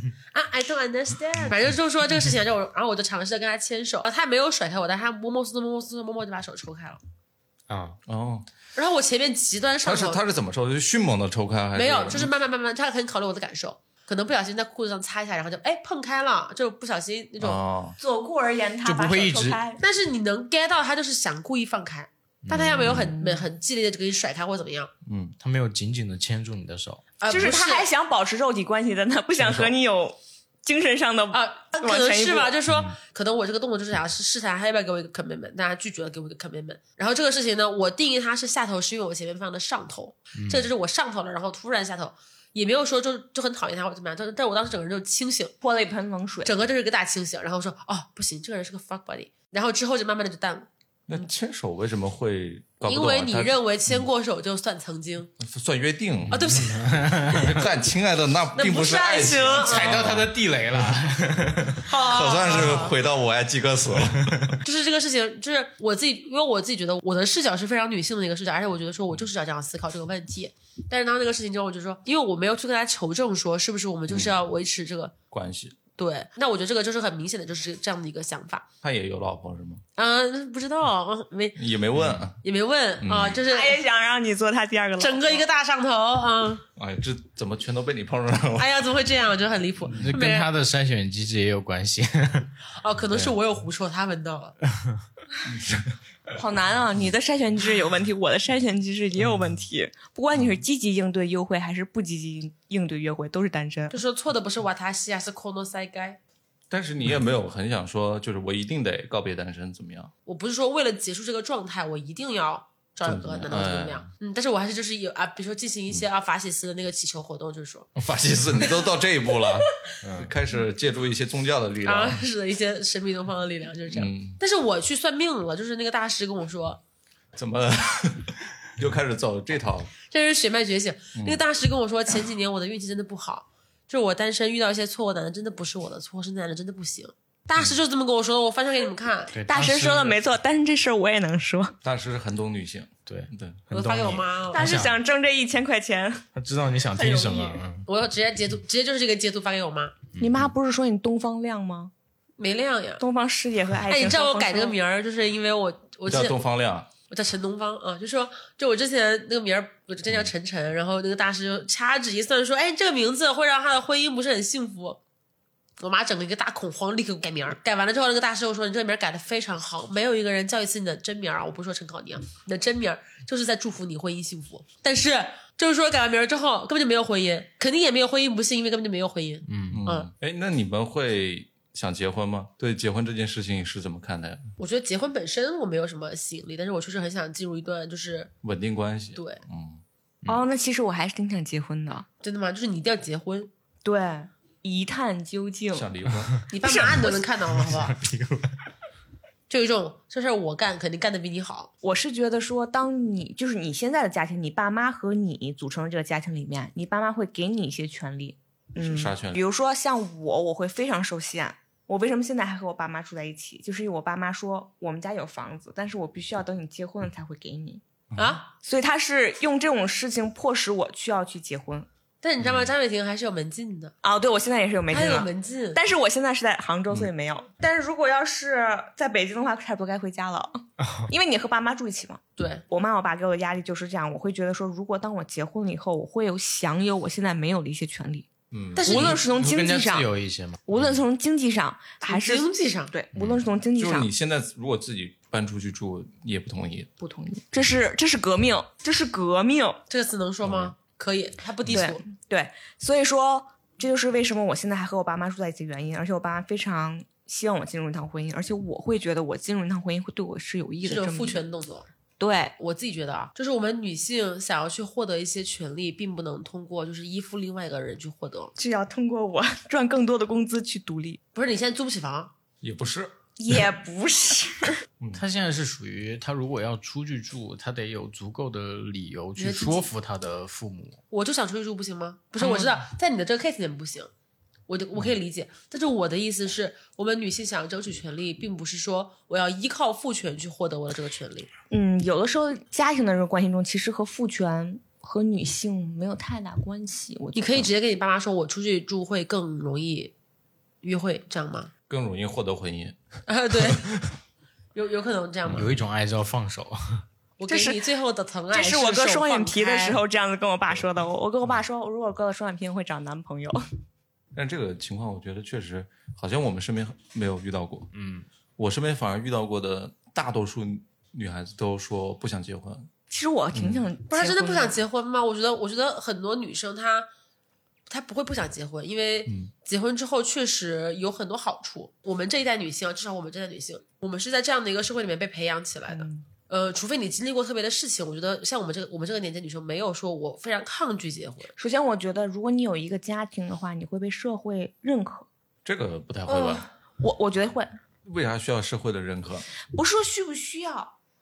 I don't understand。反正就是说这个事情，然后我就尝试着跟他牵手，他没有甩开我，但是他摸摸就把手抽开了。然后我前面极端上头。 他是怎么抽？就迅猛的抽开还是？ 没有，就是慢慢，他很考虑我的感受。可能不小心在裤子上擦一下，然后就碰开了，就不小心那种。 左顾而言他就不会一直。 但是你能 get 到他就是想故意放开。但他又没有很激烈的给你甩开或怎么样， 他没有紧紧的牵住你的手， 就是他还想保持肉体关系的，他不想和你有精神上的可能是吧，就是说，可能我这个动作就是想试探他要不要给我一个 commitment， 但他拒绝了给我一个 commitment。然后这个事情呢，我定义他是下头，是因为我前面非常的上头，这就是我上头了，然后突然下头，也没有说就很讨厌他或者怎么样，但我当时整个人就清醒， 泼了一盆冷水， 整个就是一个大清醒，然后说不行，这个人是个 fuck buddy，然后之后就慢慢的就淡了。 那牵手为什么会搞不因懂啊？ 为你认为牵过手就算曾经算约定啊？对不起， 但亲爱的，那并不是爱情， 踩到他的地雷了。 可算是回到我爱基哥死了。 就是这个事情，就是我自己，因为我自己觉得我的视角是非常女性的一个视角，而且我觉得说我就是要这样思考这个问题。但是当这个事情之后，我就说，因为我没有去跟他求证说是不是我们就是要维持这个关系。 对，那我觉得这个就是很明显的就是这样的一个想法。 他也有老婆是吗？ 不知道， 也没问， 也没问啊，就是他也想让你做他第二个老婆， 整个一个大上头啊！ 哎，这怎么全都被你碰上了？ 哎呀，怎么会这样？我觉得很离谱。 这跟他的筛选机制也有关系。 哦，可能是我有狐臭，他闻到了。 好难啊！你的筛选机制有问题，我的筛选机制也有问题。不管你是积极应对约会还是不积极应对约会，都是单身。 就说错的不是瓦塔西，而是 Kono Saigai。 但是你也没有很想说，就是我一定得告别单身怎么样？ 我不是说为了结束这个状态，我一定要找一个男的怎么样？但是我还是就是有比如说进行一些法西斯的那个祈求活动，就是说法西斯，你都到这一步了，开始借助一些宗教的力量， 是的，一些神秘东方的力量就是这样。但是我去算命了，就是那个大师跟我说， 怎么又开始走这套？ 这是血脉觉醒。那个大师跟我说，前几年我的运气真的不好，就是我单身遇到一些错误男的，真的不是我的错，是男的真的不行。大师就这么跟我说的，我翻唱给你们看。 大师说的没错，但是这事儿我也能说。 大师很懂女性， 对， 我发给我妈。 大师想挣这1000块钱， 他知道你想听什么。 我要直接截图，直接就是这个截图发给我妈。 你妈不是说你东方亮吗？ 没亮呀， 东方事业和爱情。 哎，你知道我改这个名儿，就是因为我叫东方亮。 我叫陈东方啊，就我之前那个名儿，我之前叫陈晨，然后那个大师就掐指一算说，哎，这个名字会让他的婚姻不是很幸福。我妈整个一个大恐慌，立刻改名儿。改完了之后，那个大师又说，你这个名儿改得非常好，没有一个人叫一次你的真名啊，我不是说陈考你啊，你的真名就是在祝福你婚姻幸福。但是就是说改完名儿之后根本就没有婚姻，肯定也没有婚姻不幸，因为根本就没有婚姻。 哎，那你们会想结婚吗？对结婚这件事情是怎么看的？ 我觉得结婚本身我没有什么吸引力，但是我确实很想进入一段就是稳定关系。 对， 哦，那其实我还是挺想结婚的。 真的吗？就是你一定要结婚？ 对，一探究竟。 想离婚？ 你爸妈你都能看到了，好不好？就有一种这事儿我干，肯定干得比你好。 我是觉得说，当你就是你现在的家庭，你爸妈和你组成的这个家庭里面，你爸妈会给你一些权利。 啥权利？ 比如说像我会非常受限。我为什么现在还和我爸妈住在一起？就是因为我爸妈说我们家有房子，但是我必须要等你结婚了才会给你啊。 所以他是用这种事情迫使我需要去结婚。 但你知道吗？张伟婷还是有门禁的。 哦，对，我现在也是有门禁的， 还有门禁。 但是我现在是在杭州，所以没有。但是如果要是在北京的话，差不多该回家了，因为你和爸妈住一起嘛。 对， 我妈我爸给我的压力就是这样，我会觉得说，如果当我结婚了以后，我会享有我现在没有的一些权利。但是无论是从经济上，无论从经济上还是经济上， 对，无论是从经济上， 就是你现在如果自己搬出去住，你也不同意？ 不同意。这是革命，这是革命。 这个词能说吗？可以，他不低俗。 对，所以说这就是为什么我现在还和我爸妈住在一起的原因。而且我爸妈非常希望我进入一趟婚姻，而且我会觉得我进入一趟婚姻会对我是有益的。 这种父权动作。 对， 我自己觉得啊，就是我们女性想要去获得一些权利，并不能通过就是依附另外一个人去获得， 是要通过我赚更多的工资去独立。 不是你现在租不起房， 也不是， 也不是。 他现在是属于他如果要出去住，他得有足够的理由去说服他的父母。 我就想出去住不行吗？不是，我知道在你的这个 case 里面不行。我可以理解，但是我的意思是我们女性想要争取权利，并不是说我要依靠父权去获得我的这个权利。 有的时候家庭的这个关系中，其实和父权和女性没有太大关系。 你可以直接跟你爸妈说，我出去住会更容易约会，这样吗？ 更容易获得婚姻对，有可能这样吗？ 有一种爱叫放手。 我给你最后的疼爱。 这是我割双眼皮的时候这样子跟我爸说的。我跟我爸说，如果割了双眼皮会找男朋友。 但这个情况我觉得确实好像我们身边没有遇到过。我身边反而遇到过的大多数女孩子都说不想结婚。 其实我挺想不是她真的不想结婚吗？我觉得很多女生她不会不想结婚，因为结婚之后确实有很多好处。我们这一代女性，至少我们这一代女性，我们是在这样的一个社会里面被培养起来的。除非你经历过特别的事情，我觉得像我们这个年纪女生没有说我非常抗拒结婚。 首先我觉得如果你有一个家庭的话，你会被社会认可。 这个不太会吧？ 我觉得会。 为啥需要社会的认可？ 不是说需不需要，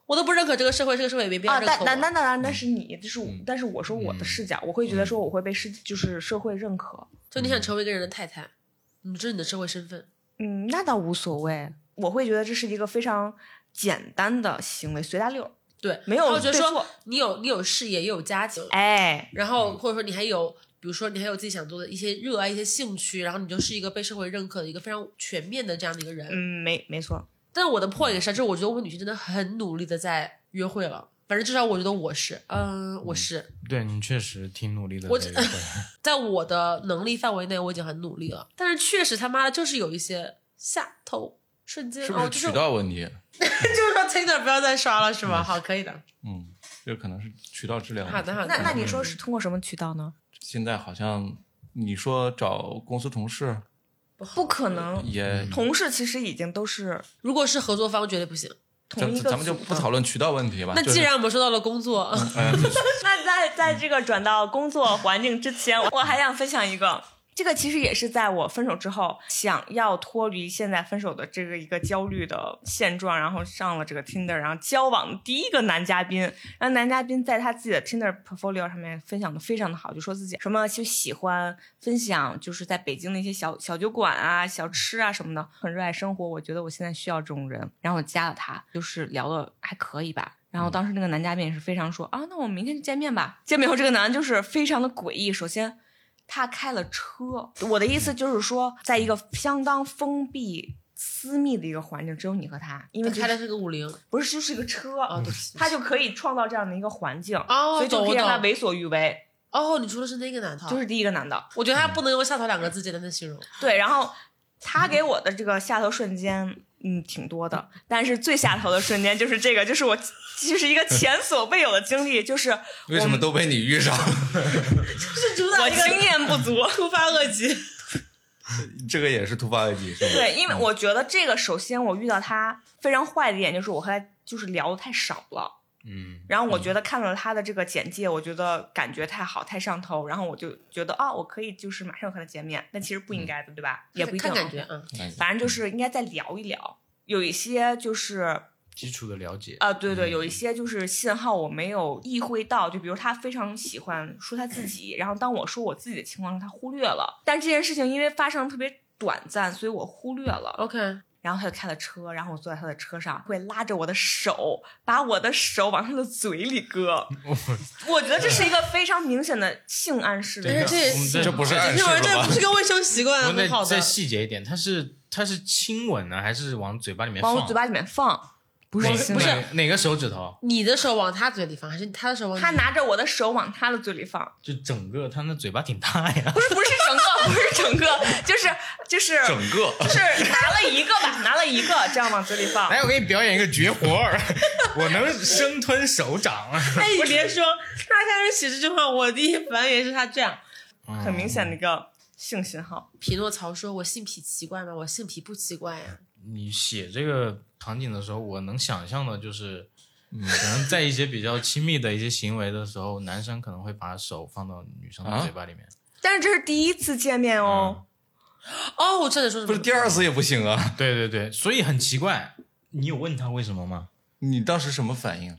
我都不认可这个社会也没必要认可我。 那是你，但是我说我的视角，我会觉得说我会被就是社会认可。 就你想成为一个人的太太，这是你的社会身份。 那倒无所谓，我会觉得这是一个非常简单的行为，随大溜。 对， 没有我觉得说对错你有事业，也有家庭，然后或者说你还有，比如说你还有自己想做的一些热爱、一些兴趣，然后你就是一个被社会认可的一个非常全面的这样的一个人。 没错。 但是我的 point 是，就是我觉得我们女性真的很努力的在约会了。反正至少我觉得我是，我是。 对，你确实挺努力的。 在我的能力范围内，我已经很努力了。但是确实他妈的就是有一些下头瞬间， 是不是渠道问题？ 就是说 Tinder 不要再刷了，是吧？好，可以的。 这可能是渠道质量。 好的。 那你说是通过什么渠道呢？ 现在好像你说找公司同事。 不可能， 也同事其实已经都是， 如果是合作方绝对不行。 同一个咱们就不讨论渠道问题吧。 那既然我们说到了工作， 那在这个转到工作环境之前，我还想分享一个。这个其实也是在我分手之后，想要脱离现在分手的这个一个焦虑的现状，然后上了这个 Tinder， 然后交往的第一个男嘉宾，然后男嘉宾在他自己的 Tinder portfolio 上面分享的非常的好，就说自己什么就喜欢分享，就是在北京的一些小酒馆啊、小吃啊什么的，很热爱生活。我觉得我现在需要这种人，然后我加了他，就是聊的还可以吧。然后当时那个男嘉宾也是非常说那我们明天就见面吧。见面后这个男就是非常的诡异，首先他开了车，我的意思就是说，在一个相当封闭、私密的一个环境，只有你和他，因为、 开的是个50， 不是，就是一个车， 对， 他就可以创造这样的一个环境， 所以就可以让他为所欲为。 你说的是那个男的， 就是第一个男的， 我觉得他不能用下头2个字简单的形容。 对，然后他给我的这个下头瞬间，挺多的，但是最下头的瞬间就是这个，就是我就是一个前所未有的经历，就是为什么都被你遇上？ 是主打我经验不足， 突发恶疾。 这个也是突发恶疾，是吗？ 对，因为我觉得这个，首先我遇到他非常坏的一点就是我和他就是聊的太少了。然后我觉得看了他的这个简介，我觉得感觉太好，太上头，然后我就觉得我可以就是马上和他见面，但其实不应该的，对吧？也不一定看感觉， 反正就是应该再聊一聊，有一些就是基础的了解对，有一些就是信号我没有意会到，就比如他非常喜欢说他自己，然后当我说我自己的情况他忽略了，但这件事情因为发生特别短暂，所以我忽略了。 OK。 然后他就开了车，然后我坐在他的车上，会拉着我的手，把我的手往他的嘴里搁。我觉得这是一个非常明显的性暗示的。 这不是暗示吧？这不是个卫生习惯，很好的。 再细节一点，他是亲吻呢，还是往嘴巴里面放？ 往我嘴巴里面放。不是哪个手指头？ 你的手往他嘴里放，还是他的手往你？ 他拿着我的手往他的嘴里放， 就整个他那嘴巴挺大呀。 不是整个，就是整个， 就是拿了一个这样往嘴里放。 来，我给你表演一个绝活儿，我能生吞手掌。 你别说，他开始写这句话，我第一反应也是他这样， 很明显的一个性信号。 匹诺曹说：“我性癖奇怪吗？我性癖不奇怪呀。” 你写这个场景的时候，我能想象的就是，可能在一些比较亲密的一些行为的时候，男生可能会把手放到女生的嘴巴里面。 但是这是第一次见面哦。 我真的说什么？ 不是第2次也不行啊。 对，所以很奇怪。你有问他为什么吗？ 你当时什么反应？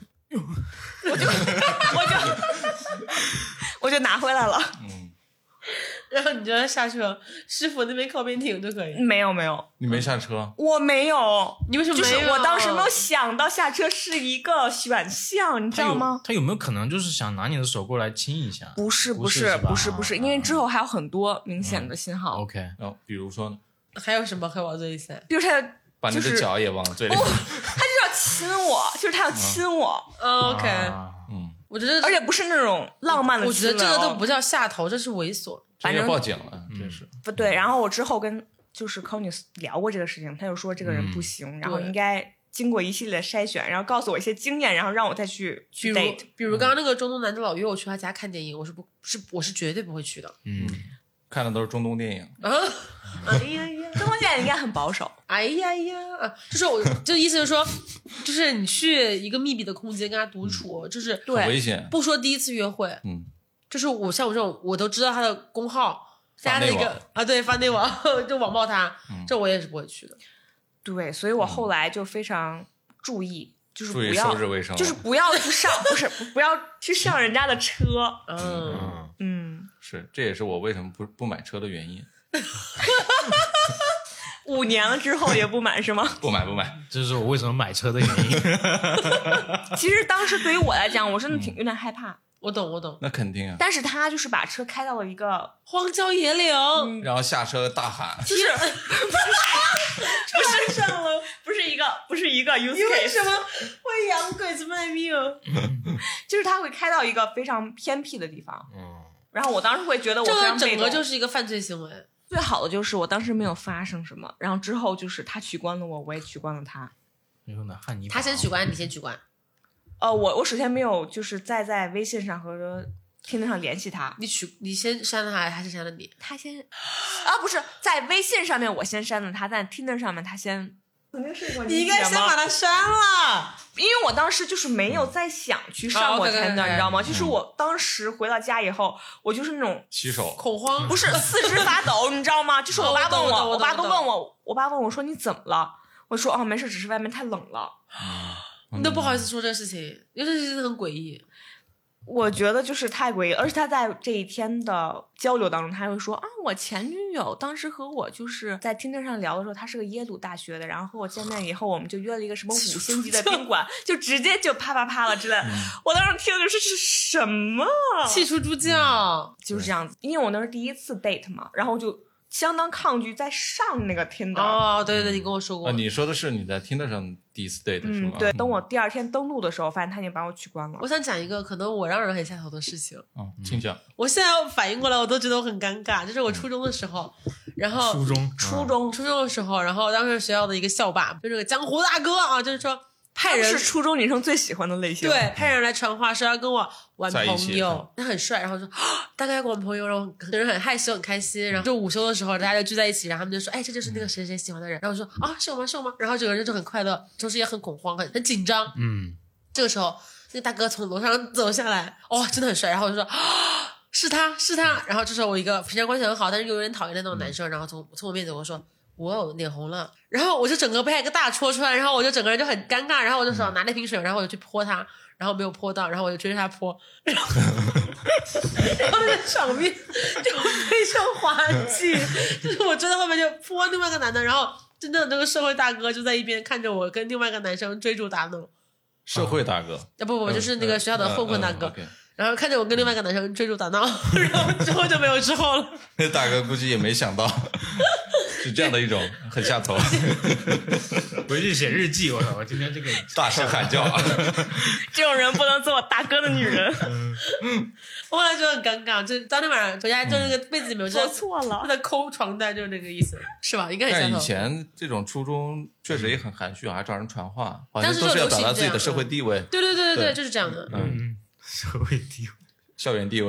我就拿回来了。 然后你就下车，师傅那边靠边停就可以。 没有， 你没下车？ 我没有。 你为什么没有？ 就是我当时没有想到下车是一个选项，你知道吗？ 他有没有可能就是想拿你的手过来亲一下？ 不是，因为之后还有很多明显的信号。 OK， 比如说呢？ 还有什么可以往嘴里塞？ 比如他把你的脚也往嘴里放。 他就是要亲我，就是他要亲我。 OK，我觉得， 而且不是那种浪漫的亲。 我觉得这个都不叫下头，这是猥琐。 反正报警了，真是不对。然后我之后跟就是 Connie 聊过这个事情，他就说这个人不行，然后应该经过一系列筛选，然后告诉我一些经验，然后让我再去 date。 比如刚刚那个中东男的老约我去他家看电影，我是绝对不会去的。 看的都是中东电影。 哎呀，中东电影应该很保守。 哎呀，就是我就意思是说，就是你去一个密闭的空间跟他独处，就是很危险。 不说第一次约会，就是像我这种，我都知道他的公号，加那个对，发内网就网暴他，这我也是不会去的。 对，所以我后来就非常注意， 就是注意不要收拾卫生， 就是不要去上，不要去上人家的车。 是，这也是我为什么不买车的原因。 5年了之后也不买是吗？ 不买， 这是我为什么买车的原因。 其实当时对于我来讲，我真的有点害怕。 我懂。 那肯定啊。 但是他就是把车开到了一个荒郊野岭， 然后下车大喊， 就是上了， 不是一个 use 你为 case， 什么会养鬼子卖命？ 就是他会开到一个非常偏僻的地方。然后我当时会觉得我非常这被动。 整个就是一个犯罪行为。 最好的就是我当时没有发生什么，然后之后就是他取关了我，我也取关了他。 有呢，汉尼拔他先取关，你先取关。 我首先没有就是在微信上和听得上联系他。 你先删了他还是删了你？ 他先不是在微信上面我先删了他，但听得上面他先。肯定是你应该先把他删了， 因为我当时就是没有再想去上过 Tinder，你知道吗？就是我当时回到家以后，我就是那种洗手恐慌， 不是四肢发抖，你知道吗？就是我爸问我，我爸都问我，我爸问我说你怎么了？我说没事，只是外面太冷了。 你都不好意思说这个事情，因为这事情很诡异。 我觉得就是太诡异，而且他在这一天的交流当中，他会说我前女友当时和我就是在Tinder上聊的时候，她是个耶鲁大学的，然后和我见面以后，我们就约了一个什么5星级的宾馆，就直接就啪啪啪了之类。我当时听的是什么？ 气出猪叫， 就是这样子。因为我那是第一次 date 嘛，然后就相当抗拒再上那个 Tinder。 对，你跟我说过。 你说的是你在Tinder上第一次 date 是吗？ 对。等我第2天登录的时候，发现他已经把我取关了。 我想讲一个可能我让人很下头的事情。 请讲。 我现在反应过来，我都觉得我很尴尬。就是我初中的时候，然后初中的时候，然后当时学校的一个校霸，就这个江湖大哥啊，就是说派人是初中女生最喜欢的类型。 对，派人来传话说要跟我玩朋友，他很帅，然后说大概跟我朋友，然后人很害羞很开心，然后就午休的时候大家就聚在一起，然后他们就说这就是那个谁谁喜欢的人，然后我说是我吗？然后整个人就很快乐，同时也很恐慌很紧张。这个时候那个大哥从楼上走下来，真的很帅，然后我就说是他，然后这时候我一个平常关系很好但是又有点讨厌的那种男生，然后从我面前我说我脸红了，然后我就整个被一个大戳穿，然后我就整个人就很尴尬，然后我就手拿了一瓶水，然后我就去泼他，然后没有泼到，然后我就追着他泼，然后那个场面就非常滑稽，就是我追到后面就泼另外一个男的，然后真的那个社会大哥就在一边看着我跟另外一个男生追逐打闹。 社会大哥不就是那个学校的混混大哥，然后看着我跟另外一个男生追逐打闹，然后之后就没有之后了。 那大哥估计也没想到是这样的一种很下头。 回去写日记，我今天这个大声喊叫啊！ 这种人不能做我大哥的女人。 我后来就很尴尬，就当天晚上回家就那个被子里面做错了， 在抠床单，就是那个意思，是吧？应该很下头。 但以前这种初中确实也很含蓄，还找人传话，好像都是要表达自己的社会地位。 对，就是这样的。 社会地位、 校园地位。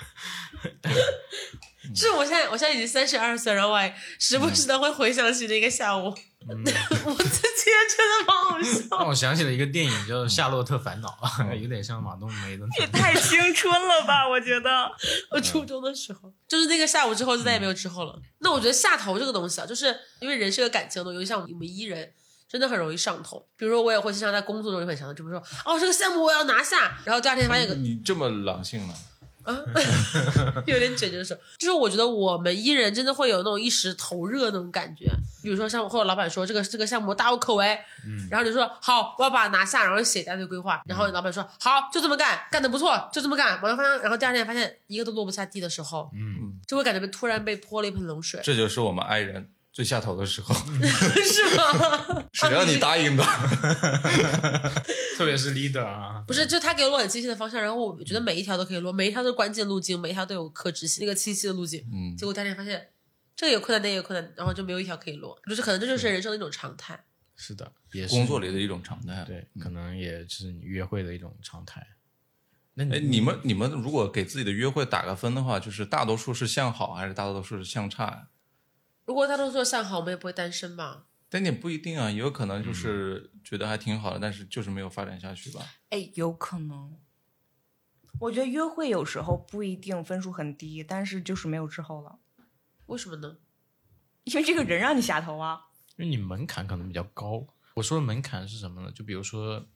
是我现在已经32岁，然后我还时不时的会回想起那个下午，我自己也觉得蛮好笑。 让我想起了一个电影叫《夏洛特烦恼》，有点像马冬梅的。 也太青春了吧！我觉得我初中的时候，就是那个下午之后就再也没有之后了。那我觉得下头这个东西啊，就是因为人是个感情的东西，像我们E人真的很容易上头。比如说我也会经常在工作中就很上头，就比如说这个项目我要拿下，然后第2天发现你这么狼性呢？ 有点卷，就是我觉得我们E人真的会有那种一时头热那种感觉。比如说像或者老板说这个项目大有可为，然后就说好我要把它拿下，然后写一大堆规划，然后老板说好就这么干，干得不错，就这么干，往上发扬。然后第2天发现一个都落不下地的时候，就会感觉突然被泼了一盆冷水。 这就是我们爱人最下头的时候。 是吗？ 谁让你答应的？ 特别是 leader 啊， 不是，就他给了我很清晰的方向，然后我觉得每一条都可以落，每一条都是关键路径，每一条都有可执行那个清晰的路径。结果第2天发现这个有困难，那个有困难，然后就没有一条可以落，就是可能这就是人生的一种常态。 是的，也是工作里的一种常态。 对，可能也是你约会的一种常态。那你们如果给自己的约会打个分的话，就是大多数是向好还是大多数是向差？ 如果大多数向好，我们也不会单身吧？ 但也不一定啊，也有可能就是觉得还挺好的，但是就是没有发展下去吧。 有可能。我觉得约会有时候不一定分数很低，但是就是没有之后了。 为什么呢？ 因为这个人让你下头啊。 因为你门槛可能比较高。我说的门槛是什么呢？就比如说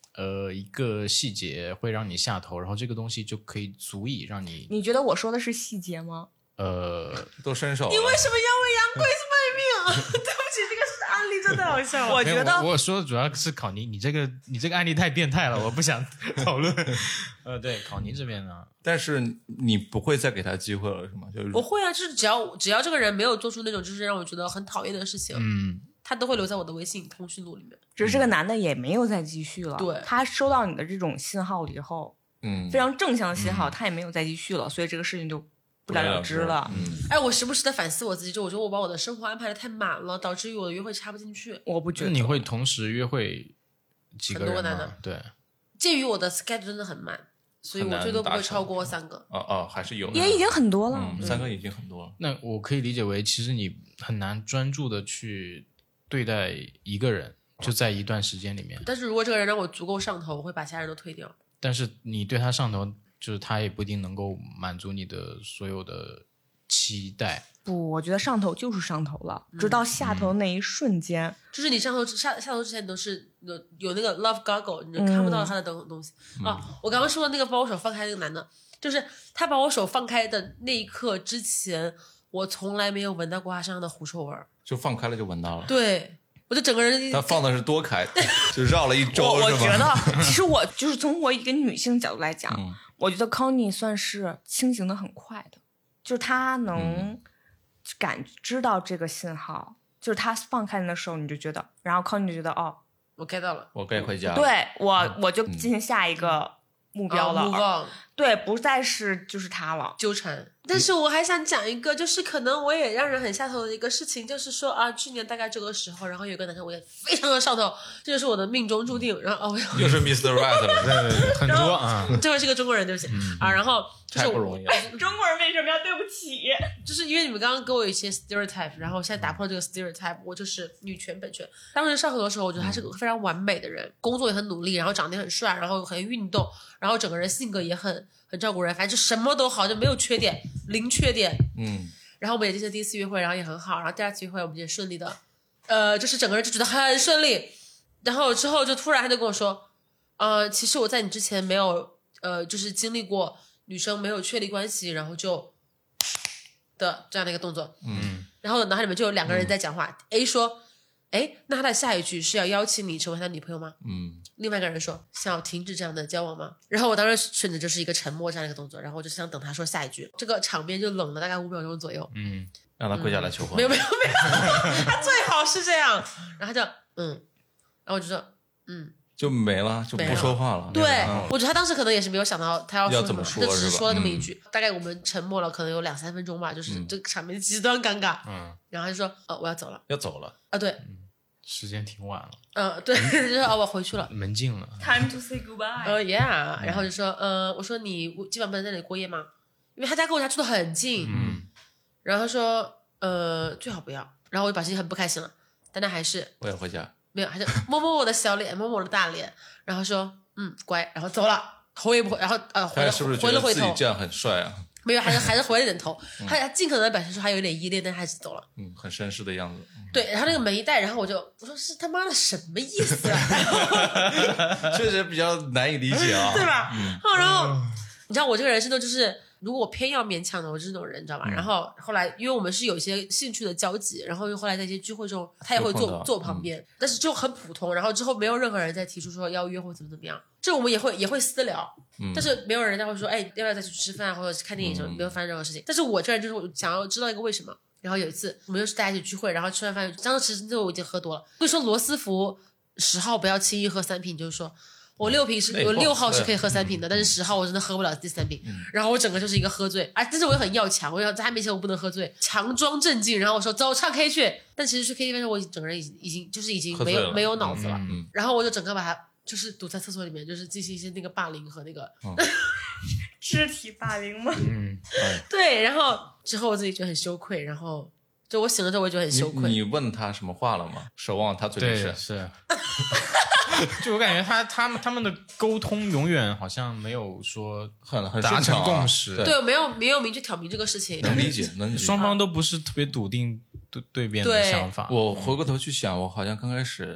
一个细节会让你下头，然后这个东西就可以足以让你你觉得我说的是细节吗？ 都伸手了。 你为什么要为洋鬼子卖命啊？对不起，这个案例真的好笑。 我觉得我说的主要是考尼，你这个案例太变态了，我不想讨论。对，考尼这边呢， 但是你不会再给他机会了是吗？就是我会啊，就是只要这个人没有做出那种就是让我觉得很讨厌的事情，他都会留在我的微信通讯录里面。 只是这个男的也没有再继续了。 对， 他收到你的这种信号以后，非常正向的信号，他也没有再继续了，所以这个事情就不了了之了。 哎，我时不时的反思我自己，就我觉得我把我的生活安排的太满了，导致于我的约会插不进去。 我不觉得。 你会同时约会几个人吗？ 很多男的。 对， 鉴于我的 schedule 真的很满，所以我最多不会超过3个。 还是有， 也已经很多了。 3个已经很多了。 那我可以理解为，其实你很难专注的去对待一个人，就在一段时间里面。 但是如果这个人让我足够上头，我会把其他人都推掉。 但是你对他上头，就是他也不一定能够满足你的所有的期待。 不，我觉得上头就是上头了，直到下头那一瞬间， 就是你下头之前，你都是有那个 love goggle， 你就看不到他的东西。我刚刚说的那个把我手放开那个男的，就是他把我手放开的那一刻之前，我从来没有闻到过他身上的狐臭味儿。 就放开了就闻到了。 对，我就整个人他放的是多开，就绕了一周。 我觉得，其实我就是从我一个女性角度来讲，我觉得 Connie 算是清醒的很快的，就是他能感知到这个信号，就是他放开你的手，你就觉得，然后 Connie 就觉得我 get 到了， 我该回家了。 对我就进行下一个目标了。对，不再是就是他了纠缠。但是我还想讲一个，就是可能我也让人很下头的一个事情，就是说去年大概这个时候，然后有个男生我也非常的上头，这就是我的命中注定。然后又是 Mr. Right 了， 对，很多啊。 这位是个中国人，对不起然后就是太不容易了。 中国人为什么要对不起？ 就是因为你们刚刚给我一些 stereotype， 然后现在打破了这个 stereotype， 我就是女权本权。当时上头的时候，我觉得他是个非常完美的人，工作也很努力，然后长得也很帅，然后很运动，然后整个人性格也很照顾人，反正就什么都好，就没有缺点，零缺点。然后我们也进行第一次约会，然后也很好，然后第二次约会我们也顺利的，就是整个人就觉得很顺利。然后之后就突然他就跟我说，其实我在你之前没有就是经历过女生没有确立关系，然后就的这样的一个动作。然后脑海里面就有2个人在讲话，A 说，那他的下一句是要邀请你成为他女朋友吗？另外一个人说想要停止这样的交往吗？然后我当时选择就是一个沉默这样的一个动作，然后我就想等他说下一句，这个场面就冷了大概5秒钟左右。 让他跪下来求婚。 没有，他最好是这样。然后他就然后我就说就没了，就不说话了。 对，我觉得他当时可能也是没有想到他要说什么， 他就只是说了那么一句。大概我们沉默了可能有2-3分钟吧，就是这个场面极端尴尬。然后他就说我要走了。 要走了对， 时间挺晚了。 对，就说我回去了， 门禁了。 Time to say goodbye。 yeah，然后就说我说你今晚不能在那里过夜吗？因为他家跟我家住得很近。然后他说最好不要。然后我就把自己很不开心了，但他还是我也回家。 没有，还是摸摸我的小脸，摸摸我的大脸，然后说乖，然后走了，头也不回，然后是不是觉得自己这样很帅啊？ 没有，还是回了点头。他尽可能的表现出还有点依恋，但还是走了。 很绅士的样子。 对，然后那个门一带，然后我说是他妈的什么意思啊？ 确实比较难以理解啊， 对吧？然后你知道我这个人是那种就是如果我偏要勉强的，我就是那种人，你知道吧？然后后来因为我们是有一些兴趣的交集，然后又后来在一些聚会中，他也会坐我旁边，但是就很普通。然后之后没有任何人再提出说要约或怎么样，这我们也会私聊，但是没有人再会说要不要再去吃饭或者看电影什么，没有发生任何事情。但是我这人就是我想要知道一个为什么。然后有一次我们又是大家一起聚会，然后吃完饭，当时其实我已经喝多了，会说罗斯福10号不要轻易喝3瓶，就是说我6号是可以喝3瓶的，但是10号我真的喝不了第3瓶。然后我整个就是一个喝醉但是我又很要强，我想在他面前我不能喝醉，强装镇静，然后我说走唱 K 去。但其实去 KTV 的时候我整个人已经没有脑子了。然后我就整个把他就是堵在厕所里面，就是进行一些那个霸凌和那个肢体霸凌吗？ 对，然后之后我自己觉得很羞愧，然后就我醒了之后我就很羞愧。 你问他什么话了吗？手往他嘴里是就我感觉他们的沟通永远好像没有说很达成共识。 对，没有明确挑明这个事情。 能理解， 双方都不是特别笃定对边的想法。 我回过头去想，我好像刚开始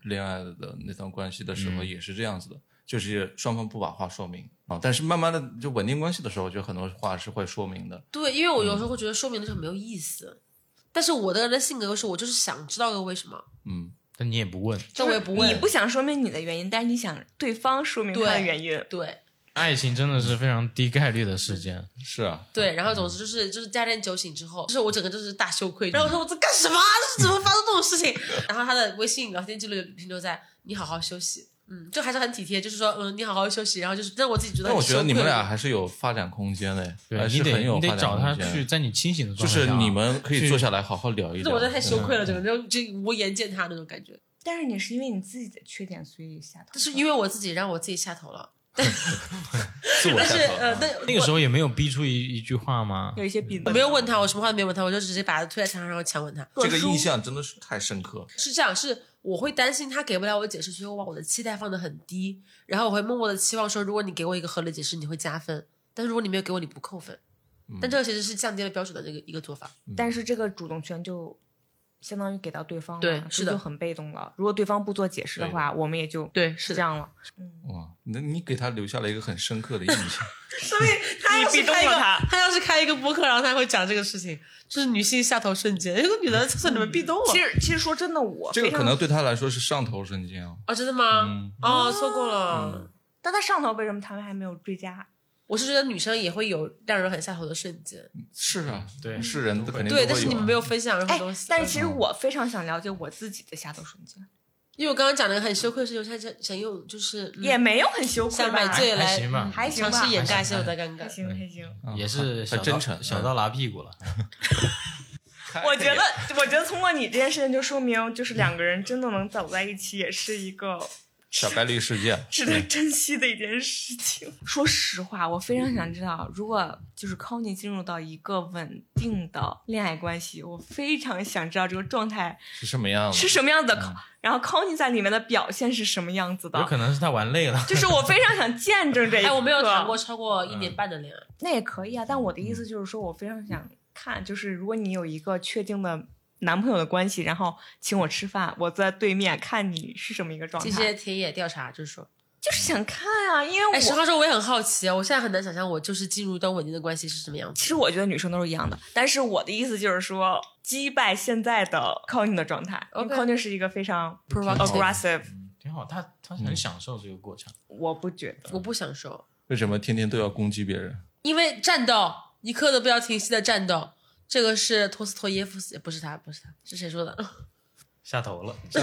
恋爱的那段关系的时候也是这样子的，就是双方不把话说明啊，但是慢慢的就稳定关系的时候，就很多话是会说明的。 对，因为我有时候会觉得说明的就很没有意思，但是我的人的性格又是我就是想知道个为什么， 但你也不问， 但我也不问， 你不想说明你的原因，但是你想对方说明他的原因。 对， 爱情真的是非常低概率的事件。 是啊， 对，然后总之就是第二天酒醒之后，就是我整个就是大羞愧，然后我说我在干什么？这是怎么发生这种事情？然后他的微信聊天记录停留在你好好休息。就还是很体贴，就是说，你好好休息，然后就是让我自己觉得很羞愧。 但我觉得你们俩还是有发展空间的，还是很有发展空间。 你得找他去，在你清醒的状态下， 就是你们可以坐下来好好聊一聊。 我真的太羞愧了，整个就无颜见他那种感觉。 但是你是因为你自己的缺点所以下头， 但是因为我自己让我自己下头了。但自我下头。 但那个时候也没有逼出一句话吗？ 有一些逼我没有问他，我什么话都没有问他，我就直接把他推在墙上，然后强吻他。 这个印象真的是太深刻。 是这样，是我会担心他给不了我解释，所以我把我的期待放得很低，然后我会默默的期望说，如果你给我一个合理解释，你会加分，但是如果你没有给我，你不扣分。但这个其实是降低了标准的一个做法。 但是这个主动权就相当于给到对方了， 对，是的， 就很被动了。如果对方不做解释的话，我们也就对是这样了。 哇，那你给他留下了一个很深刻的印象。 所以他要是逼动了他要是开一个播客，然后他会讲这个事情，就是女性下头瞬间，有个女的在你们壁咚了。 其实说真的，我这个可能对他来说是上头瞬间哦。 哦，真的吗？错过了。 但他上头为什么他们还没有追加？ 我是觉得女生也会有让人很下头的瞬间。 是啊， 对， 是人肯定都会有。 对，但是你们没有分享任何东西。 但是其实我非常想了解我自己的下头瞬间， 因为我刚刚讲的很羞愧的事情，想用就是也没有很羞愧吧， 想买醉来还行吧， 尝试掩盖一下我的尴尬。 还行还行， 也是很真诚， 小到拉屁股了。 我觉得通过你这件事情就说明，就是两个人真的能走在一起，也是一个小概率事件， 值得珍惜的一件事情。说实话，我非常想知道，如果就是 Connie 进入到一个稳定的恋爱关系，我非常想知道这个状态是什么样子， 的。然后 Connie 在里面的表现是什么样子的？ 有可能是他玩累了。 就是我非常想见证这一刻。 我没有谈过超过1年半的恋爱， 那也可以啊。但我的意思就是说，我非常想看，就是如果你有一个确定的男朋友的关系，然后请我吃饭，我在对面看你是什么一个状态。 这些田野调查就是说， 就是想看啊，因为实话说我也很好奇啊，我现在很难想象我就是进入一段稳定的关系是什么样子。 其实我觉得女生都是一样的，但是我的意思就是说，击败现在的 Connie 的状态。Connie 是一个非常 aggressive， 挺好，他很享受这个过程。 我不觉得， 我不享受。 为什么天天都要攻击别人？ 因为战斗，一刻都不要停息的战斗。这个是托斯托耶夫斯，不是他，是谁说的？ 下头了。 他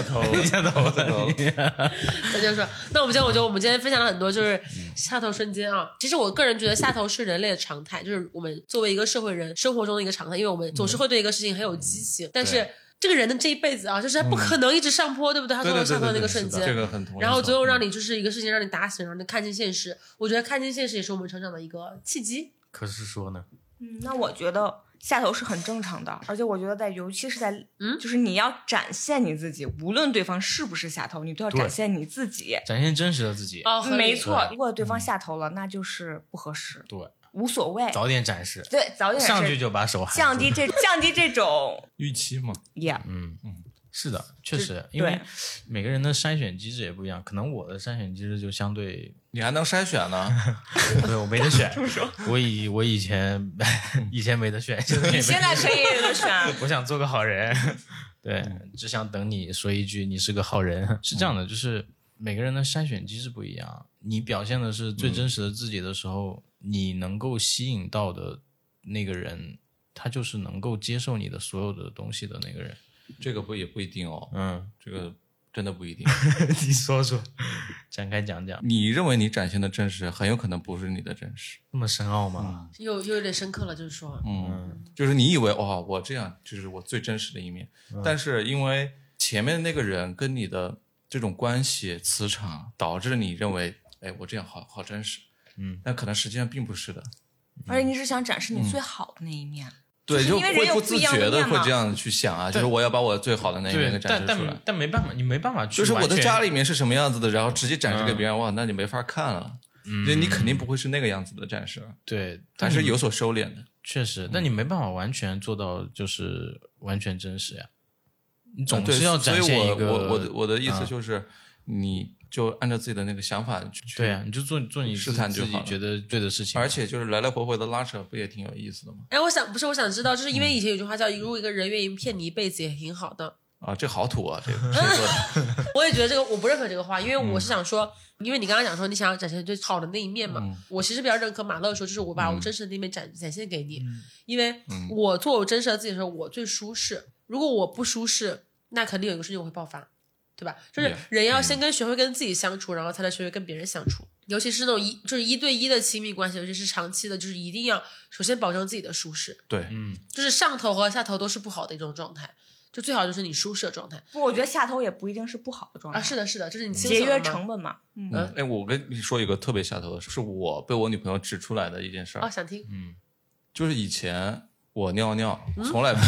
就说，那我觉得我们今天分享了很多，就是下头瞬间啊。其实我个人觉得下头是人类的常态，就是我们作为一个社会人生活中的一个常态，因为我们总是会对一个事情很有激情，但是这个人的这一辈子啊，就是他不可能一直上坡，对不对？他总有下头的那个瞬间， 这个很同意。 然后最后让你就是一个事情让你打醒，让你看清现实。我觉得看清现实也是我们成长的一个契机。 可是说呢， 那我觉得下头是很正常的，而且我觉得尤其是在就是你要展现你自己，无论对方是不是下头，你都要展现你自己， 展现真实的自己。 没错。如果对方下头了，那就是不合适。 对， 无所谓， 早点展示。 对，早点展示， 上去就把手含住， 降低这种预期嘛。 是的，确实，因为每个人的筛选机制也不一样，可能我的筛选机制就相对， 你还能筛选呢？ 对，我没得选。我以前没得选， 你现在可以有得选。 我想做个好人，对，只想等你说一句你是个好人。是这样的，就是每个人的筛选机制不一样，你表现的是最真实的自己的时候，你能够吸引到的那个人，他就是能够接受你的所有的东西的那个人。 这个也不一定哦，这个真的不一定。 你说说，展开讲讲。 你认为你展现的真实，很有可能不是你的真实。 那么深奥吗？ 又有点深刻了，就是说， 就是你以为我这样就是我最真实的一面，但是因为前面那个人跟你的这种关系磁场，导致你认为，我这样好真实，但可能实际上并不是的。 而且你只想展示你最好的那一面。 对，就会不自觉的会这样去想啊，就是我要把我最好的那一面给展示出来。 但没办法，你没办法去。 就是我的家里面是什么样子的，然后直接展示给别人，哇，那你没法看了。你肯定不会是那个样子的展示。 对， 还是有所收敛的。 确实，但你没办法完全做到就是完全真实呀。 你总是要展现一个。 我的意思就是，你就按照自己的那个想法去。 对啊，你就做你自己觉得对的事情。 而且就是来来回回的拉扯，不也挺有意思的吗？ 哎，我想知道，就是因为以前有句话叫“如果一个人愿意骗你一辈子，也挺好的”。 啊，这好土啊！这个谁说的？ 我也觉得这个我不认可这个话，因为我是想说，因为你刚刚讲说你想要展现最好的那一面嘛，我其实比较认可马乐说，就是我把我真实的那一面展现给你，因为我做我真实的自己的时候，我最舒适。如果我不舒适，那肯定有一个事情我会爆发，对吧？就是人要先学会跟自己相处，然后才能学会跟别人相处。尤其是那种就是一对一的亲密关系，尤其是长期的，就是一定要首先保证自己的舒适。 对， 就是上头和下头都是不好的一种状态。就最好就是你舒适的状态。 不，我觉得下头也不一定是不好的状态啊。是的，是的，就是你节约成本嘛。 哎，我跟你说一个特别下头的事，是我被我女朋友指出来的一件事儿。 哦，想听。 就是以前我尿尿从来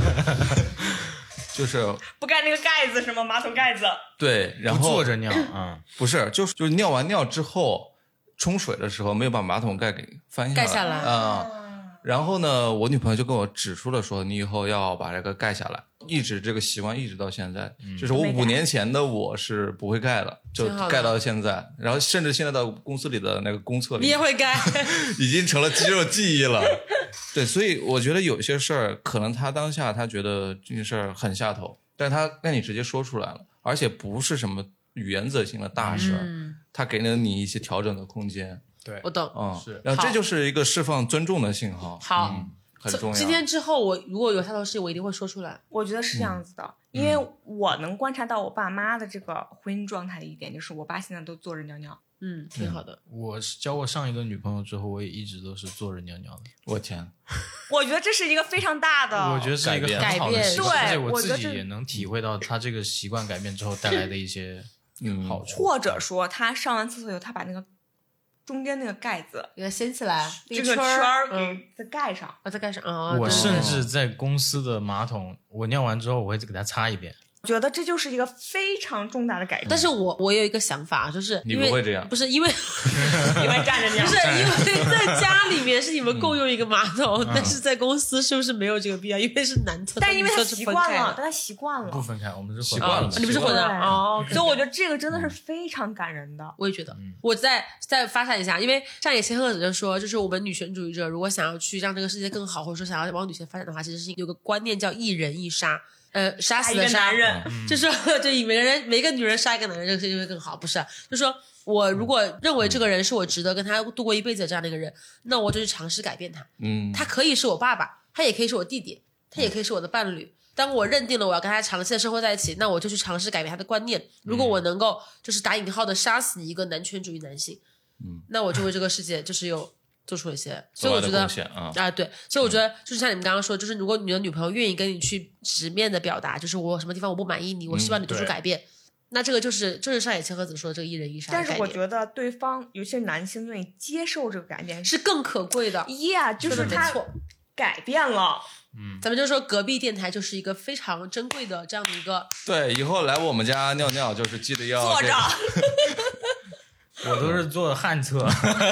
就是不盖那个盖子是吗？马桶盖子。 对，然后坐着尿啊， 不是，就是尿完尿之后冲水的时候没有把马桶盖给翻盖下来啊。然后呢，我女朋友就跟我指出了说，你以后要把这个盖下来，一直这个习惯一直到现在。就是我5年前的我是不会盖的，就盖到现在。然后甚至现在到公司里的那个公厕里， 你也会盖， 已经成了肌肉记忆了。对，所以我觉得有些事儿，可能他当下他觉得这件事儿很下头，但他跟你直接说出来了，而且不是什么原则性的大事，他给了你一些调整的空间。 对， 我懂， 是， 然后这就是一个释放尊重的信号。 好， 很重要。 今天之后，我如果有下头事，我一定会说出来。 我觉得是这样子的，因为我能观察到我爸妈的这个婚姻状态的一点，就是我爸现在都坐着尿尿。 挺好的。 我交过上一个女朋友之后，我也一直都是坐着尿尿的。 我天， 我觉得这是一个非常大的， 我觉得是一个很好的习惯，而且我自己也能体会到他这个习惯改变之后带来的一些好处。 或者说，他上完厕所以后，他把那个中间那个盖子给它掀起来， 这个圈儿给再盖上， 再盖上。 我甚至在公司的马桶，我尿完之后，我会给它擦一遍。 我觉得这就是一个非常重大的改变。 但是我有一个想法，就是你不会这样， 不是因为你会站着尿， 不是因为在家里面是你们共用一个马桶，但是在公司是不是没有这个必要？因为是男厕， 但因为他习惯了，但他习惯了， 不分开，我们是习惯了， 你们是混的哦。 所以我觉得这个真的是非常感人的。 我也觉得，我再发散一下，因为上野千鹤子就说，就是我们女权主义者如果想要去让这个世界更好，或者说想要往女权发展的话，其实是有个观念叫一人一杀。杀死的杀，就说就以每个女人杀一个男人，这个世界会更好，不是？就说我如果认为这个人是我值得跟他度过一辈子的这样的一个人，那我就去尝试改变他。他可以是我爸爸，他也可以是我弟弟，他也可以是我的伴侣。当我认定了我要跟他长期的生活在一起，那我就去尝试改变他的观念。如果我能够就是打引号的杀死一个男权主义男性，那我就为这个世界就是有做出了一些，所以我觉得对，所以我觉得就是像你们刚刚说，就是如果你的女朋友愿意跟你去直面的表达，就是我什么地方我不满意你，我希望你做出改变，那这个就是上野千鹤子说的这个一人一杀的概念。 但是我觉得对方有些男性愿意接受这个改变是更可贵的。 就是他改变了。 咱们就说隔壁电台就是一个非常珍贵的这样的一个。 对，以后来我们家尿尿就是记得要坐着。 我都是坐旱厕。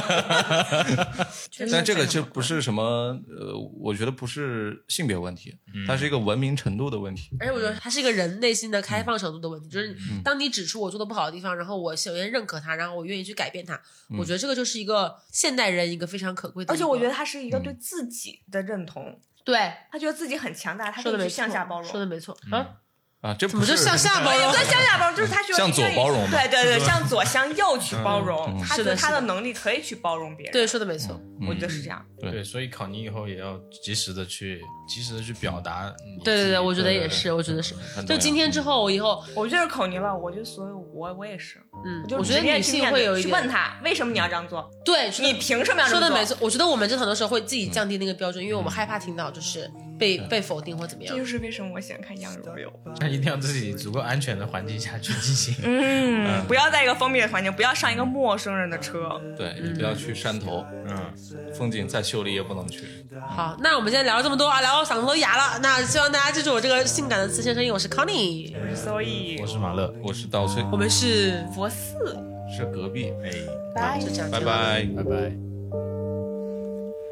但这个就不是什么我觉得不是性别问题，它是一个文明程度的问题。 而且我觉得它是一个人内心的开放程度的问题，就是当你指出我做的不好的地方，然后我首先认可它，然后我愿意去改变它，我觉得这个就是一个现代人一个非常可贵的。 而且我觉得它是一个对自己的认同。 对， 他觉得自己很强大，他可以去向下包容。 说的没错。 这怎么就向下包容？ 对，向下包容就是他向左包容。 对，向左向右去包容。他觉得他的能力可以去包容别人。 对，说的没错， 我觉得是这样。 对，所以考你以后也要及时的去表达。 对，我觉得也是，我觉得是。就今天之后，我以后我觉得考你了，我觉得所有我也是。 我觉得女性会有一点问他为什么你要这样做？ 对， 你凭什么要这样做？ 说的没错，我觉得我们就很多时候会自己降低那个标准，因为我们害怕听到就是被否定或怎么样。 这就是为什么我喜欢看杨柔柔。 但一定要自己足够安全的环境下去进行。 不要在一个封闭的环境，不要上一个陌生人的车。 对，你不要去山头，风景再秀丽也不能去。 好，那我们今天聊了这么多啊，聊到嗓子都哑了。那希望大家记住我这个性感的磁性声音，我是 Connie， 我是 Zoe， 我是马乐， 我是稻穗， 我们是佛寺， 是隔壁。 拜， 就这样， 拜拜， 拜拜。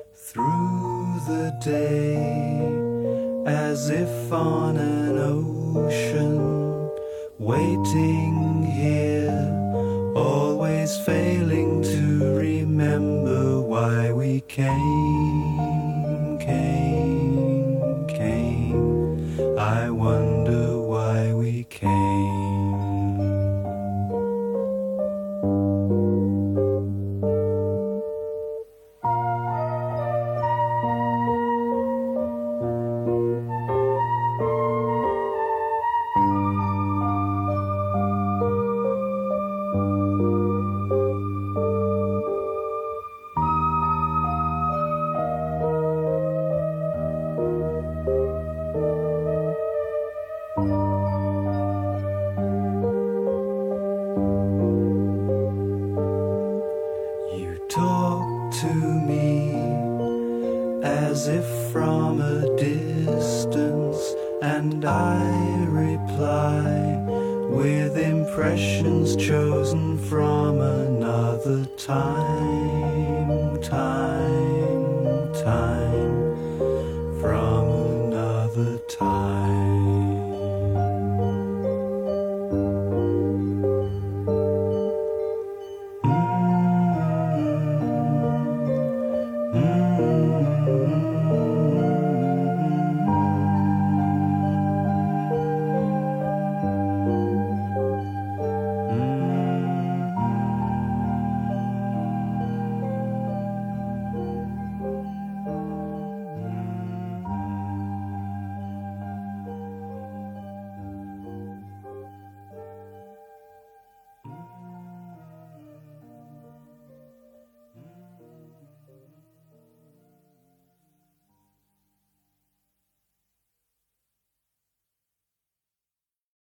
Through the day, as if on an ocean, waiting here, always failing to remember why we came, came, came. I wonder why we came. Talk to me as if from a distance, and I reply with impressions chosen from another time.